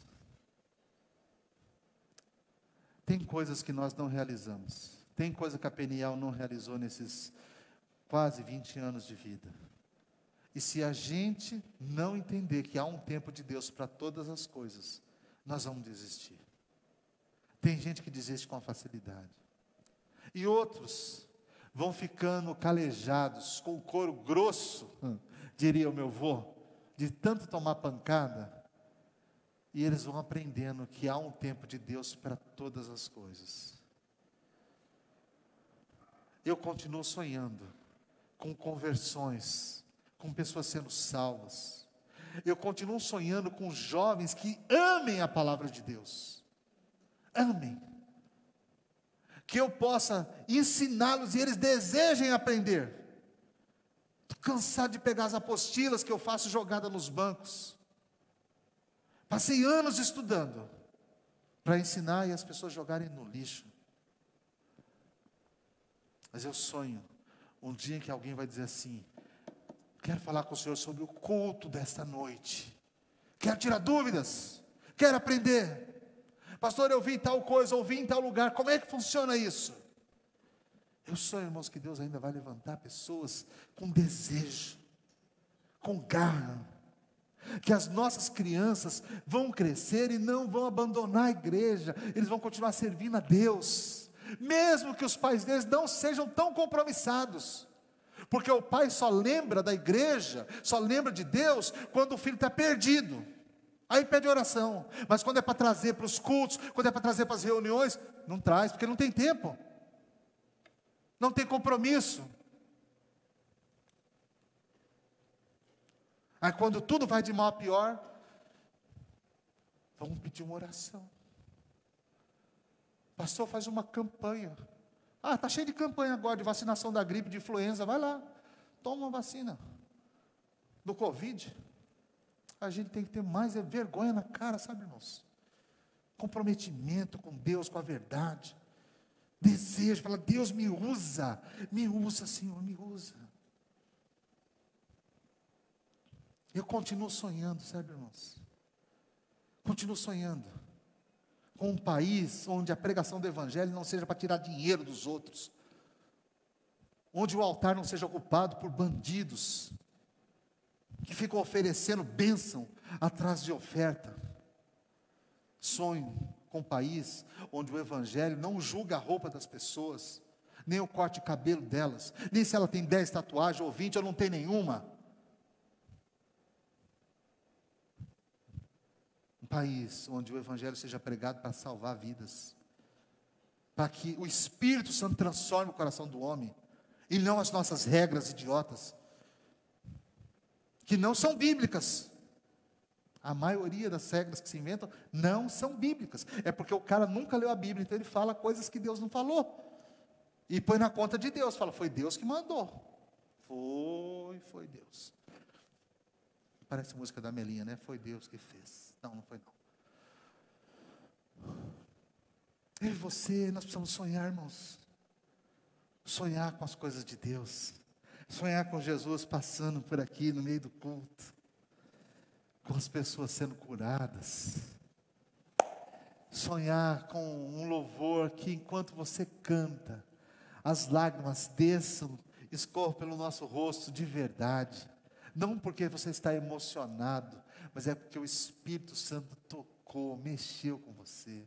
Tem coisas que nós não realizamos. Tem coisa que a Peniel não realizou nesses quase vinte anos de vida. E se a gente não entender que há um tempo de Deus para todas as coisas, nós vamos desistir. Tem gente que desiste com facilidade. E outros vão ficando calejados, com o couro grosso, diria o meu avô, de tanto tomar pancada. E eles vão aprendendo que há um tempo de Deus para todas as coisas. Eu continuo sonhando com conversões, com pessoas sendo salvas. Eu continuo sonhando com jovens que amem a palavra de Deus. Amem. Que eu possa ensiná-los e eles desejem aprender. Estou cansado de pegar as apostilas que eu faço jogada nos bancos. Passei anos estudando para ensinar e as pessoas jogarem no lixo. Mas eu sonho um dia em que alguém vai dizer assim: quero falar com o Senhor sobre o culto desta noite. Quero tirar dúvidas. Quero aprender. Pastor, eu vi tal coisa, ouvi em tal lugar. Como é que funciona isso? Eu sonho, irmãos, que Deus ainda vai levantar pessoas com desejo, com garra. Que as nossas crianças vão crescer e não vão abandonar a igreja. Eles vão continuar servindo a Deus. Mesmo que os pais deles não sejam tão compromissados. Porque o pai só lembra da igreja, só lembra de Deus, quando o filho está perdido. Aí pede oração. Mas quando é para trazer para os cultos, quando é para trazer para as reuniões, não traz, porque não tem tempo. Não tem compromisso. Aí quando tudo vai de mal a pior, vamos pedir uma oração. Pastor, faz uma campanha. Ah, está cheio de campanha agora de vacinação da gripe, de influenza. Vai lá, toma uma vacina. Do Covid. A gente tem que ter mais é vergonha na cara, sabe, irmãos? Comprometimento com Deus, com a verdade. Desejo, fala, Deus me usa. Me usa, Senhor, me usa. Eu continuo sonhando, sabe, irmãos? Continuo sonhando com um país onde a pregação do Evangelho não seja para tirar dinheiro dos outros, onde o altar não seja ocupado por bandidos, que ficam oferecendo bênção atrás de oferta. Sonho com um país onde o Evangelho não julga a roupa das pessoas, nem o corte de cabelo delas, nem se ela tem dez tatuagens ou vinte ou não tem nenhuma. País onde o Evangelho seja pregado para salvar vidas, para que o Espírito Santo transforme o coração do homem, e não as nossas regras idiotas, que não são bíblicas. A maioria das regras que se inventam não são bíblicas, é porque o cara nunca leu a Bíblia, então ele fala coisas que Deus não falou, e põe na conta de Deus, fala, foi Deus que mandou, foi, foi Deus. Parece música da Melinha, né? Foi Deus que fez. Não, não foi não. Eu e você, nós precisamos sonhar, irmãos. Sonhar com as coisas de Deus. Sonhar com Jesus passando por aqui no meio do culto. Com as pessoas sendo curadas. Sonhar com um louvor que enquanto você canta, as lágrimas desçam, escorram pelo nosso rosto de verdade. Não porque você está emocionado, mas é porque o Espírito Santo tocou, mexeu com você.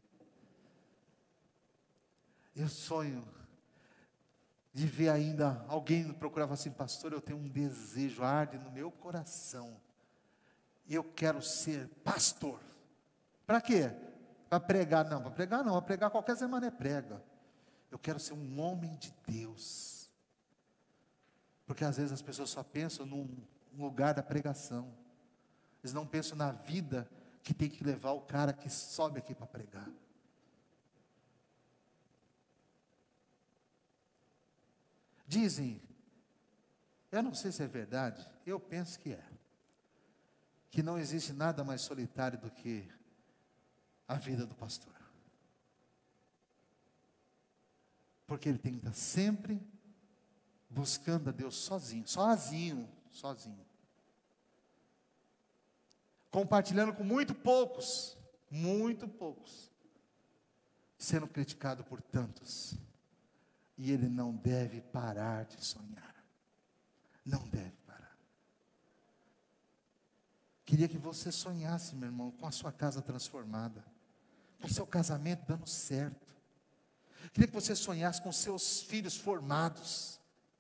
Eu sonho de ver ainda alguém me procurava assim, pastor, eu tenho um desejo, arde no meu coração. Eu quero ser pastor. Para quê? Para pregar? Não, para pregar não, para pregar qualquer semana é prega. Eu quero ser um homem de Deus. Porque às vezes as pessoas só pensam num um lugar da pregação. Eles não pensam na vida que tem que levar o cara que sobe aqui para pregar. Dizem, eu não sei se é verdade, eu penso que é, que não existe nada mais solitário do que a vida do pastor. Porque ele tem que estar sempre buscando a Deus sozinho, sozinho, sozinho. Compartilhando com muito poucos, muito poucos, sendo criticado por tantos. E ele não deve parar de sonhar. Não deve parar. Queria que você sonhasse, meu irmão, com a sua casa transformada, com o seu casamento dando certo. Queria que você sonhasse com seus filhos formados,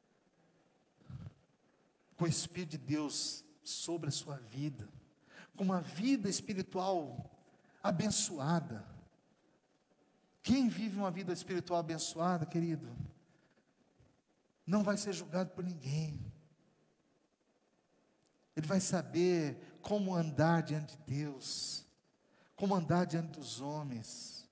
com o Espírito de Deus sobre a sua vida, com uma vida espiritual abençoada. Quem vive uma vida espiritual abençoada, querido, não vai ser julgado por ninguém. Ele vai saber como andar diante de Deus, como andar diante dos homens.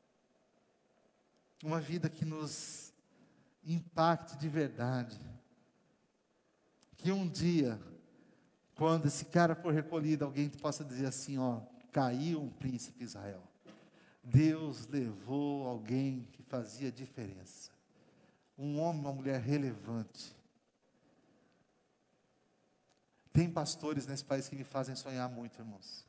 Uma vida que nos impacte de verdade. Que um dia, quando esse cara for recolhido, alguém possa dizer assim, ó, caiu um príncipe Israel. Deus levou alguém que fazia diferença. Um homem, uma mulher relevante. Tem pastores nesse país que me fazem sonhar muito, irmãos.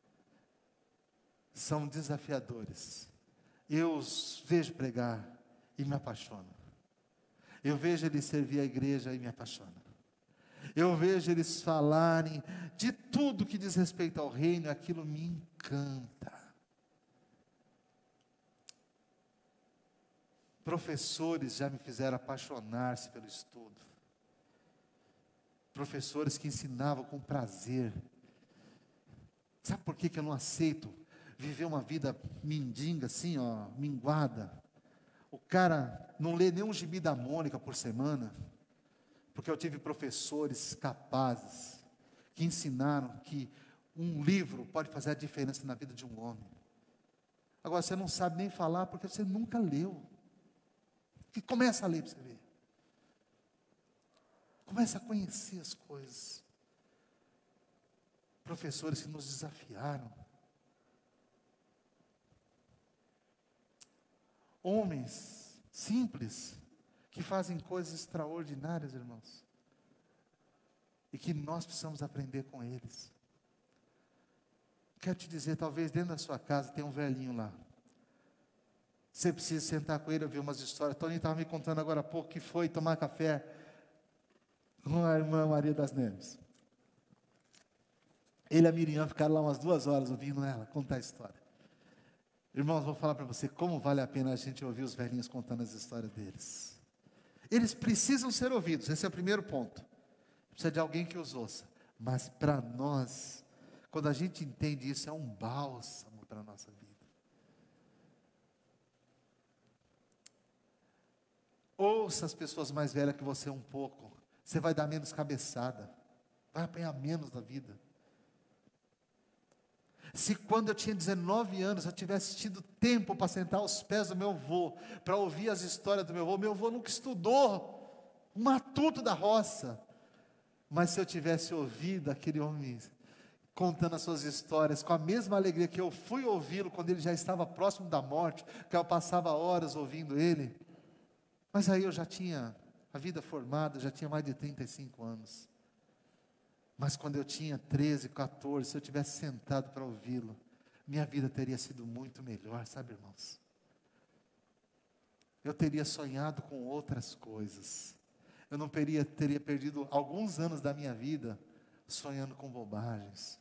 São desafiadores. Eu os vejo pregar e me apaixono. Eu vejo eles servir a igreja e me apaixono. Eu vejo eles falarem de tudo que diz respeito ao reino, aquilo me encanta. Professores já me fizeram apaixonar-se pelo estudo. Professores que ensinavam com prazer. Sabe por que que eu não aceito viver uma vida mendiga assim, ó, minguada? O cara não lê nem um gibi da Mônica por semana, porque eu tive professores capazes, que ensinaram que um livro pode fazer a diferença na vida de um homem. Agora, você não sabe nem falar, porque você nunca leu. Que começa a ler para você ver. Começa a conhecer as coisas. Professores que nos desafiaram. Homens simples, que fazem coisas extraordinárias, irmãos. E que nós precisamos aprender com eles. Quero te dizer, talvez dentro da sua casa tenha um velhinho lá. Você precisa sentar com ele, ouvir umas histórias. Tony estava me contando agora há pouco que foi tomar café com a irmã Maria das Neves. Ele e a Miriam ficaram lá umas duas horas ouvindo ela contar a história. Irmãos, vou falar para você como vale a pena a gente ouvir os velhinhos contando as histórias deles. Eles precisam ser ouvidos, esse é o primeiro ponto. Precisa de alguém que os ouça. Mas para nós, quando a gente entende isso, é um bálsamo para a nossa vida. Ouça as pessoas mais velhas que você um pouco. Você vai dar menos cabeçada. Vai apanhar menos da vida. Se quando eu tinha dezenove anos, eu tivesse tido tempo para sentar aos pés do meu avô, para ouvir as histórias do meu avô, meu avô nunca estudou, um matuto da roça. Mas se eu tivesse ouvido aquele homem contando as suas histórias, com a mesma alegria que eu fui ouvi-lo quando ele já estava próximo da morte, que eu passava horas ouvindo ele, mas aí eu já tinha a vida formada, já tinha mais de trinta e cinco anos. Mas quando eu tinha treze, quatorze, se eu tivesse sentado para ouvi-lo, minha vida teria sido muito melhor, sabe, irmãos? Eu teria sonhado com outras coisas. Eu não teria, teria perdido alguns anos da minha vida sonhando com bobagens.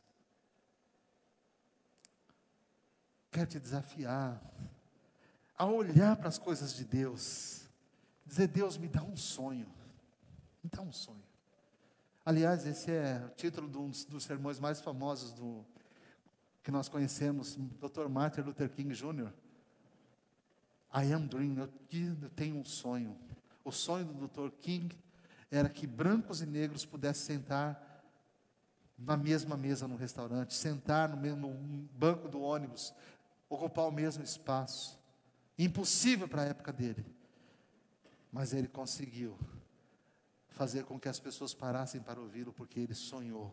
Quero te desafiar a olhar para as coisas de Deus. Dizer, Deus, me dá um sonho. Me dá um sonho. Aliás, esse é o título de um dos sermões mais famosos do, que nós conhecemos, doutor Martin Luther King Júnior I am dreaming, eu, eu tenho um sonho. O sonho do doutor King era que brancos e negros pudessem sentar na mesma mesa no restaurante, sentar no mesmo no banco do ônibus, ocupar o mesmo espaço. Impossível para a época dele. Mas ele conseguiu fazer com que as pessoas parassem para ouvi-lo, porque ele sonhou.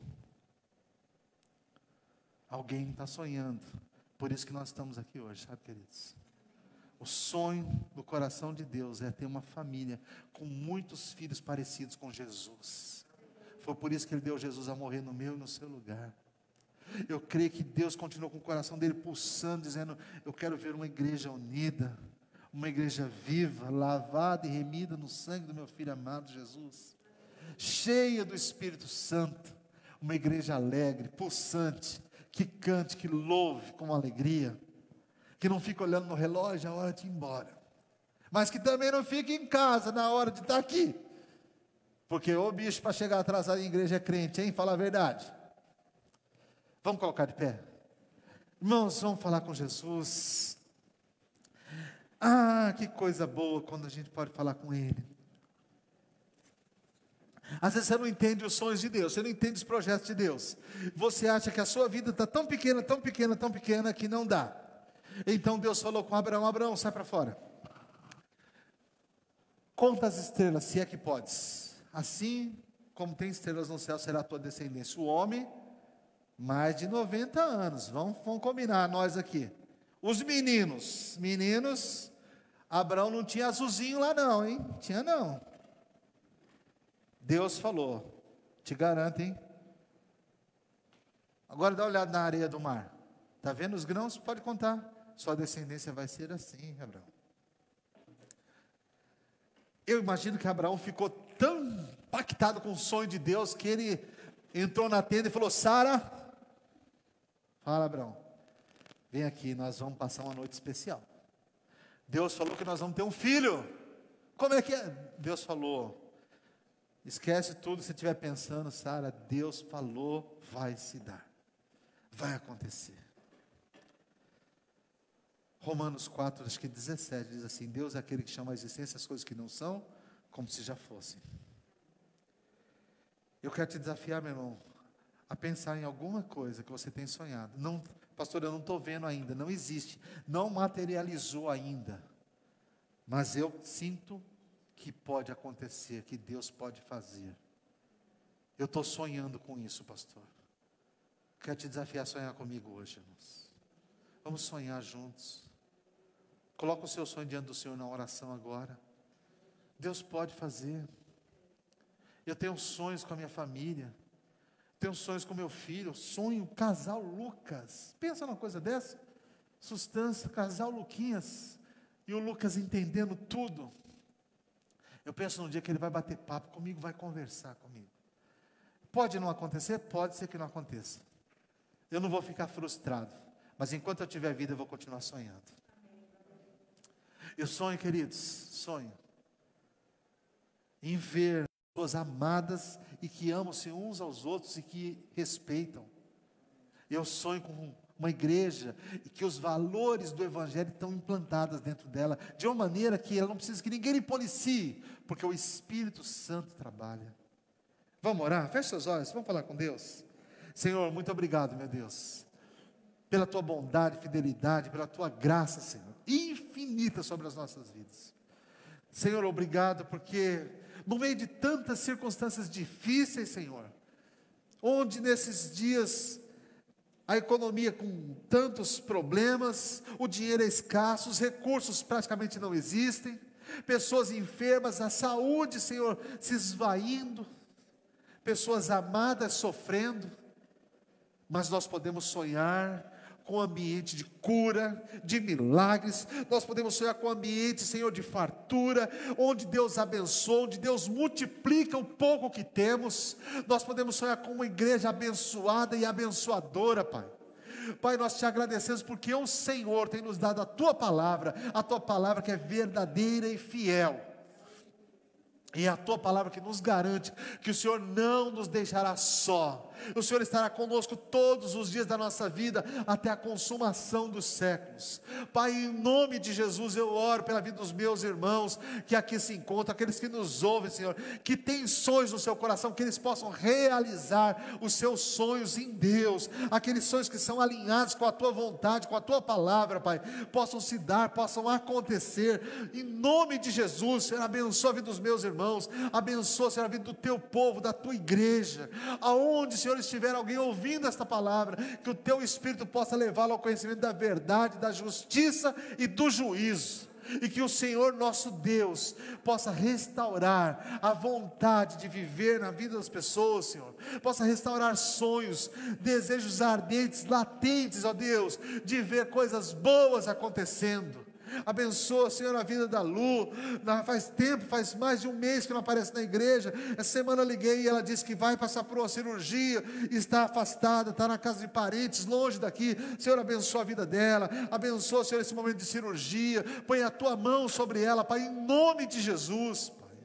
Alguém está sonhando, por isso que nós estamos aqui hoje, sabe, queridos? O sonho do coração de Deus é ter uma família com muitos filhos parecidos com Jesus. Foi por isso que Ele deu Jesus a morrer no meu e no seu lugar. Eu creio que Deus continuou com o coração dele pulsando, dizendo, eu quero ver uma igreja unida, uma igreja viva, lavada e remida no sangue do meu Filho amado Jesus, cheia do Espírito Santo, uma igreja alegre, pulsante, que cante, que louve com alegria, que não fique olhando no relógio a hora de ir embora, mas que também não fique em casa na hora de estar aqui, porque o bicho para chegar atrasado em igreja é crente, hein? Fala a verdade. Vamos colocar de pé? Irmãos, vamos falar com Jesus. Ah, que coisa boa quando a gente pode falar com Ele. Às vezes você não entende os sonhos de Deus, você não entende os projetos de Deus. Você acha que a sua vida está tão pequena, tão pequena, tão pequena que não dá. Então Deus falou com Abraão, Abraão, sai para fora. Conta as estrelas, se é que podes. Assim como tem estrelas no céu, será a tua descendência. O homem, mais de noventa anos, vamos, vamos combinar nós aqui. Os meninos, meninos, Abraão não tinha azulzinho lá não, hein? Tinha não. Deus falou, te garanto, hein? Agora dá uma olhada na areia do mar. Está vendo os grãos? Pode contar. Sua descendência vai ser assim, Abraão. Eu imagino que Abraão ficou tão impactado com o sonho de Deus, que ele entrou na tenda e falou: Sara, fala, Abraão, vem aqui, nós vamos passar uma noite especial. Deus falou que nós vamos ter um filho. Como é que é? Deus falou. Esquece tudo que você estiver pensando, Sara. Deus falou, vai se dar. Vai acontecer. Romanos quatro, acho que dezessete, diz assim: Deus é aquele que chama a existência as coisas que não são, como se já fossem. Eu quero te desafiar, meu irmão, a pensar em alguma coisa que você tem sonhado. Não, pastor, eu não estou vendo ainda, não existe, não materializou ainda, mas eu sinto que pode acontecer, que Deus pode fazer. Eu estou sonhando com isso, pastor. Quero te desafiar a sonhar comigo hoje, irmãos. Vamos sonhar juntos. Coloca o seu sonho diante do Senhor na oração agora. Deus pode fazer. Eu tenho sonhos com a minha família. Tenho sonhos com meu filho. Sonho casal Lucas. Pensa numa coisa dessa. Sustância, casal Luquinhas. E o Lucas entendendo tudo. Eu penso num dia que ele vai bater papo comigo, vai conversar comigo. Pode não acontecer? Pode ser que não aconteça. Eu não vou ficar frustrado. Mas enquanto eu tiver vida, eu vou continuar sonhando. Eu sonho, queridos, sonho em ver pessoas amadas e que amam-se uns aos outros e que respeitam. Eu sonho com uma igreja e que os valores do Evangelho estão implantados dentro dela, de uma maneira que ela não precisa que ninguém lhe policie, porque o Espírito Santo trabalha. Vamos orar? Feche seus olhos, vamos falar com Deus. Senhor, muito obrigado, meu Deus, pela tua bondade, fidelidade, pela tua graça, Senhor, infinita sobre as nossas vidas. Senhor, obrigado, porque no meio de tantas circunstâncias difíceis, Senhor, onde nesses dias a economia com tantos problemas, o dinheiro é escasso, os recursos praticamente não existem, pessoas enfermas, a saúde, Senhor, se esvaindo, pessoas amadas sofrendo, mas nós podemos sonhar com um ambiente de cura, de milagres. Nós podemos sonhar com um ambiente, Senhor, de fartura, onde Deus abençoa, onde Deus multiplica o pouco que temos. Nós podemos sonhar com uma igreja abençoada e abençoadora, Pai. Pai, nós te agradecemos porque o Senhor tem nos dado a tua palavra, a tua palavra que é verdadeira e fiel. E é a tua palavra que nos garante que o Senhor não nos deixará só. O Senhor estará conosco todos os dias da nossa vida, até a consumação dos séculos. Pai, em nome de Jesus, eu oro pela vida dos meus irmãos, que aqui se encontram, aqueles que nos ouvem, Senhor, que têm sonhos no seu coração, que eles possam realizar os seus sonhos em Deus, aqueles sonhos que são alinhados com a tua vontade, com a tua palavra, Pai, possam se dar, possam acontecer, em nome de Jesus. Senhor, abençoa a vida dos meus irmãos, abençoa, Senhor, a vida do teu povo, da tua igreja, aonde, Senhor, estiver alguém ouvindo esta palavra, que o teu Espírito possa levá-lo ao conhecimento da verdade, da justiça e do juízo, e que o Senhor nosso Deus possa restaurar a vontade de viver na vida das pessoas, Senhor, possa restaurar sonhos, desejos ardentes, latentes, ó Deus, de ver coisas boas acontecendo. Abençoa, Senhor, a vida da Lu. Faz tempo, faz mais de um mês que não aparece na igreja. Essa semana eu liguei e ela disse que vai passar por uma cirurgia, está afastada, está na casa de parentes, longe daqui. Senhor, abençoa a vida dela, abençoa, Senhor, esse momento de cirurgia, põe a tua mão sobre ela, Pai, em nome de Jesus, Pai.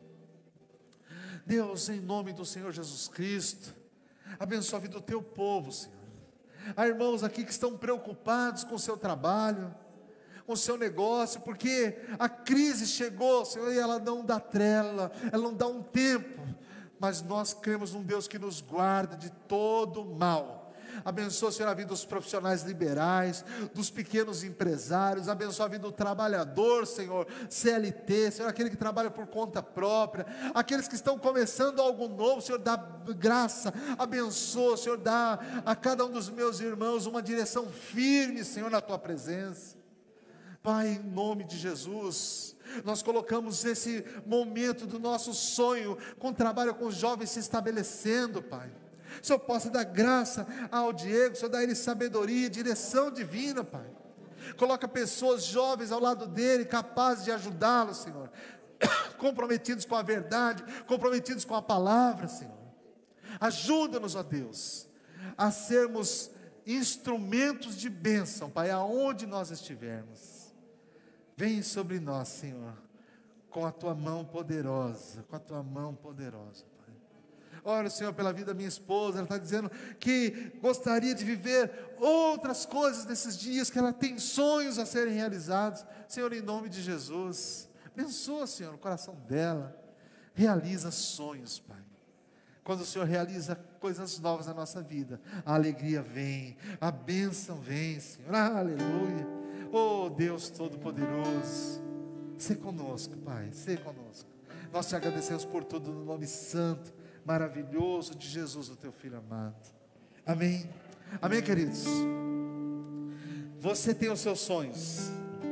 Deus, em nome do Senhor Jesus Cristo, abençoa a vida do teu povo, Senhor. Há irmãos aqui que estão preocupados com o seu trabalho, com o seu negócio, porque a crise chegou, Senhor, e ela não dá trela, ela não dá um tempo, mas nós cremos num Deus que nos guarda de todo mal. Abençoa, Senhor, a vida dos profissionais liberais, dos pequenos empresários, abençoa a vida do trabalhador, Senhor, C L T, Senhor, aquele que trabalha por conta própria, aqueles que estão começando algo novo, Senhor, dá graça, abençoa, Senhor, dá a cada um dos meus irmãos uma direção firme, Senhor, na tua presença. Pai, em nome de Jesus, nós colocamos esse momento do nosso sonho, com o trabalho com os jovens se estabelecendo, Pai. O Senhor possa dar graça ao Diego, o Senhor dá a ele sabedoria, direção divina, Pai. Coloca pessoas jovens ao lado dele, capazes de ajudá-lo, Senhor, comprometidos com a verdade, comprometidos com a palavra, Senhor. Ajuda-nos, ó Deus, a sermos instrumentos de bênção, Pai, aonde nós estivermos. Vem sobre nós, Senhor, com a tua mão poderosa, com a tua mão poderosa, Pai. Ora, Senhor, pela vida da minha esposa, ela está dizendo que gostaria de viver outras coisas nesses dias, que ela tem sonhos a serem realizados. Senhor, em nome de Jesus, abençoa, Senhor, o coração dela, realiza sonhos, Pai. Quando o Senhor realiza coisas novas na nossa vida, a alegria vem, a bênção vem, Senhor, aleluia. Oh Deus Todo-Poderoso, sê conosco, Pai, sê conosco. Nós te agradecemos por tudo no nome santo, maravilhoso de Jesus, o teu Filho amado. Amém, amém, queridos. Você tem os seus sonhos,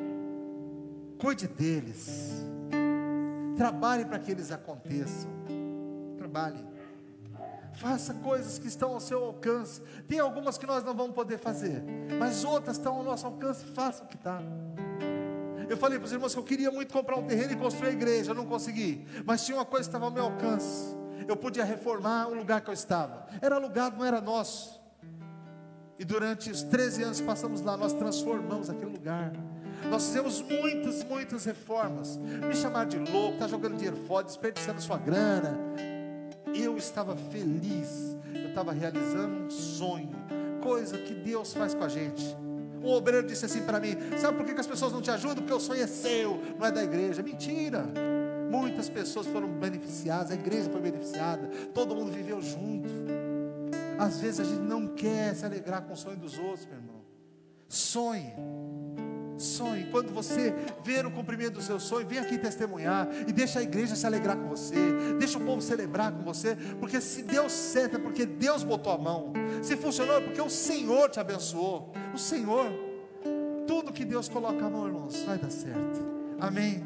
cuide deles, trabalhe para que eles aconteçam, trabalhe, faça coisas que estão ao seu alcance. Tem algumas que nós não vamos poder fazer, mas outras estão ao nosso alcance. Faça o que está. Eu falei para os irmãos que eu queria muito comprar um terreno e construir a igreja, eu não consegui, mas tinha uma coisa que estava ao meu alcance. Eu podia reformar o lugar que eu estava, era alugado, não era nosso, e durante os treze anos que passamos lá, nós transformamos aquele lugar. Nós fizemos muitas, muitas reformas. Me chamaram de louco, está jogando dinheiro fora, desperdiçando sua grana. Eu estava feliz, eu estava realizando um sonho, coisa que Deus faz com a gente. Um obreiro disse assim para mim: sabe por que que as pessoas não te ajudam? Porque o sonho é seu, não é da igreja. Mentira, muitas pessoas foram beneficiadas, a igreja foi beneficiada, todo mundo viveu junto. Às vezes a gente não quer se alegrar com o sonho dos outros, meu irmão. Sonhe, sonhe. Quando você ver o cumprimento do seu sonho, vem aqui testemunhar e deixa a igreja se alegrar com você, deixa o povo celebrar com você, porque se deu certo é porque Deus botou a mão, se funcionou é porque o Senhor te abençoou. O Senhor, tudo que Deus coloca a mão, irmãos, vai dar certo. Amém.